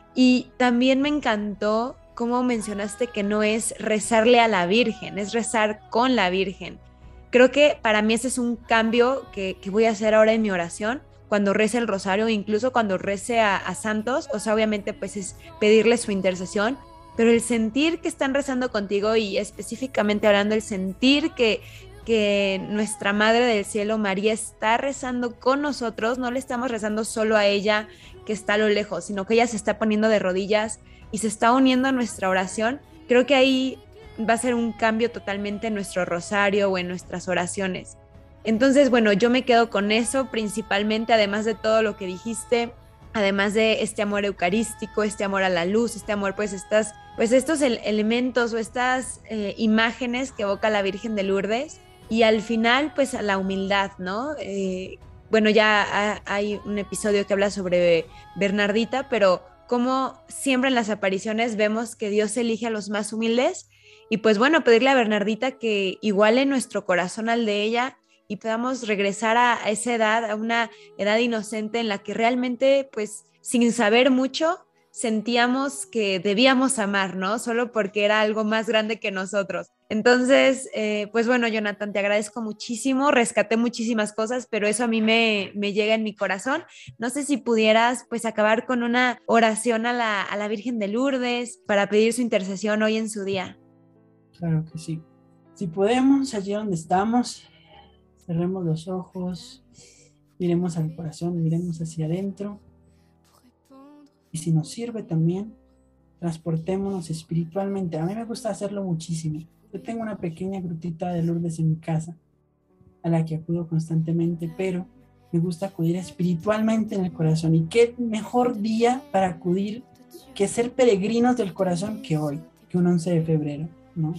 Y también me encantó cómo mencionaste que no es rezarle a la Virgen, es rezar con la Virgen. Creo que para mí ese es un cambio que, que voy a hacer ahora en mi oración, cuando rece el rosario, incluso cuando rece a, a santos, o sea, obviamente pues es pedirle su intercesión, pero el sentir que están rezando contigo y específicamente hablando el sentir que, que nuestra Madre del Cielo, María, está rezando con nosotros, no le estamos rezando solo a ella que está a lo lejos, sino que ella se está poniendo de rodillas y se está uniendo a nuestra oración. Creo que ahí va a ser un cambio totalmente en nuestro rosario o en nuestras oraciones. Entonces, bueno, yo me quedo con eso principalmente, además de todo lo que dijiste, además de este amor eucarístico, este amor a la luz, este amor, pues estas, pues estos el elementos o estas eh, imágenes que evoca la Virgen de Lourdes, y al final, pues a la humildad, ¿no? Eh, bueno, ya ha, hay un episodio que habla sobre Bernardita, pero como siempre en las apariciones vemos que Dios elige a los más humildes, y pues bueno, pedirle a Bernardita que iguale nuestro corazón al de ella y podamos regresar a, a esa edad, a una edad inocente en la que realmente, pues, sin saber mucho, sentíamos que debíamos amar, ¿no? Solo porque era algo más grande que nosotros. Entonces, eh, pues bueno, Jonathan, te agradezco muchísimo, rescaté muchísimas cosas, pero eso a mí me, me llega en mi corazón. No sé si pudieras, pues, acabar con una oración a la, a la Virgen de Lourdes para pedir su intercesión hoy en su día. Claro que sí. Si podemos, allí donde estamos, cerremos los ojos, miremos al corazón, miremos hacia adentro. Y si nos sirve también, transportémonos espiritualmente. A mí me gusta hacerlo muchísimo. Yo tengo una pequeña grutita de Lourdes en mi casa, a la que acudo constantemente, pero me gusta acudir espiritualmente en el corazón. Y qué mejor día para acudir que ser peregrinos del corazón que hoy, que un once de febrero, ¿no?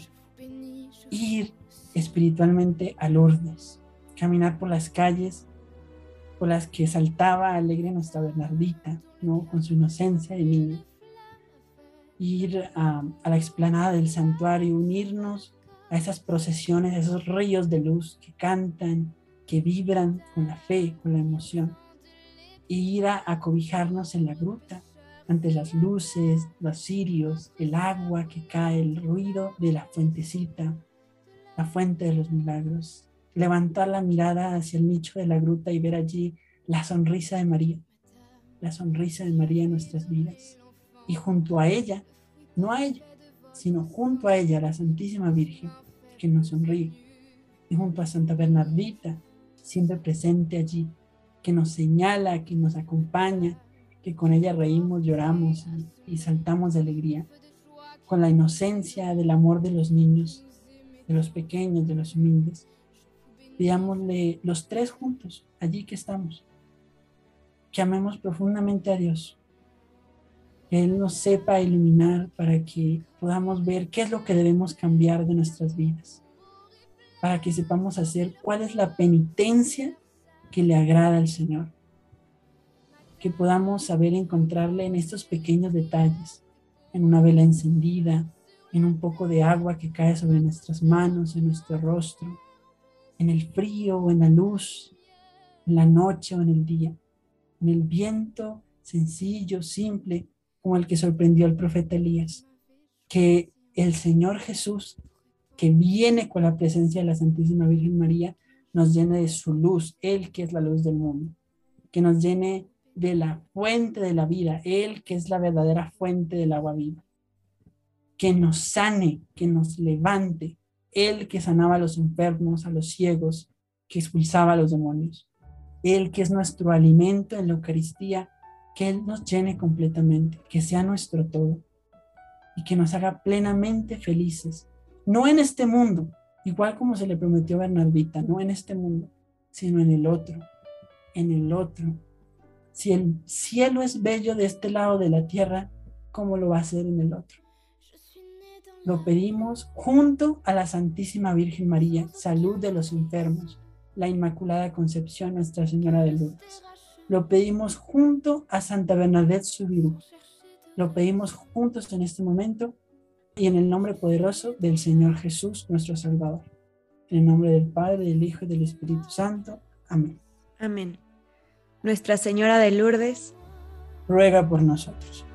Ir espiritualmente a Lourdes, caminar por las calles por las que saltaba alegre nuestra Bernardita, ¿no? Con su inocencia de niña. Ir a, a la explanada del santuario, unirnos a esas procesiones, a esos ríos de luz que cantan, que vibran con la fe, con la emoción. Y ir a, a cobijarnos en la gruta, ante las luces, los cirios, el agua que cae, el ruido de la fuentecita, la fuente de los milagros. Levantar la mirada hacia el nicho de la gruta y ver allí la sonrisa de María, la sonrisa de María en nuestras vidas. Y junto a ella, no a ella, sino junto a ella, la Santísima Virgen, que nos sonríe. Y junto a Santa Bernardita, siempre presente allí, que nos señala, que nos acompaña, que con ella reímos, lloramos y, y saltamos de alegría. Con la inocencia del amor de los niños, de los pequeños, de los humildes. Pidámosle los tres juntos, allí que estamos, que amemos profundamente a Dios, que Él nos sepa iluminar para que podamos ver qué es lo que debemos cambiar de nuestras vidas, para que sepamos hacer cuál es la penitencia que le agrada al Señor, que podamos saber encontrarle en estos pequeños detalles, en una vela encendida, en un poco de agua que cae sobre nuestras manos, en nuestro rostro, en el frío o en la luz, en la noche o en el día, en el viento sencillo, simple, como el que sorprendió al profeta Elías. Que el Señor Jesús, que viene con la presencia de la Santísima Virgen María, nos llene de su luz, Él que es la luz del mundo, que nos llene de la fuente de la vida, Él que es la verdadera fuente del agua viva, que nos sane, que nos levante, Él que sanaba a los enfermos, a los ciegos, que expulsaba a los demonios, Él que es nuestro alimento en la Eucaristía, que Él nos llene completamente, que sea nuestro todo y que nos haga plenamente felices, no en este mundo, igual como se le prometió a Bernardita, no en este mundo, sino en el otro, en el otro. Si el cielo es bello de este lado de la tierra, ¿cómo lo va a ser en el otro? Lo pedimos junto a la Santísima Virgen María, salud de los enfermos, la Inmaculada Concepción, Nuestra Señora de Lourdes. Lo pedimos junto a Santa Bernadette Soubirous. Lo pedimos juntos en este momento y en el nombre poderoso del Señor Jesús, nuestro Salvador. En el nombre del Padre, del Hijo y del Espíritu Santo. Amén. Amén. Nuestra Señora de Lourdes, ruega por nosotros.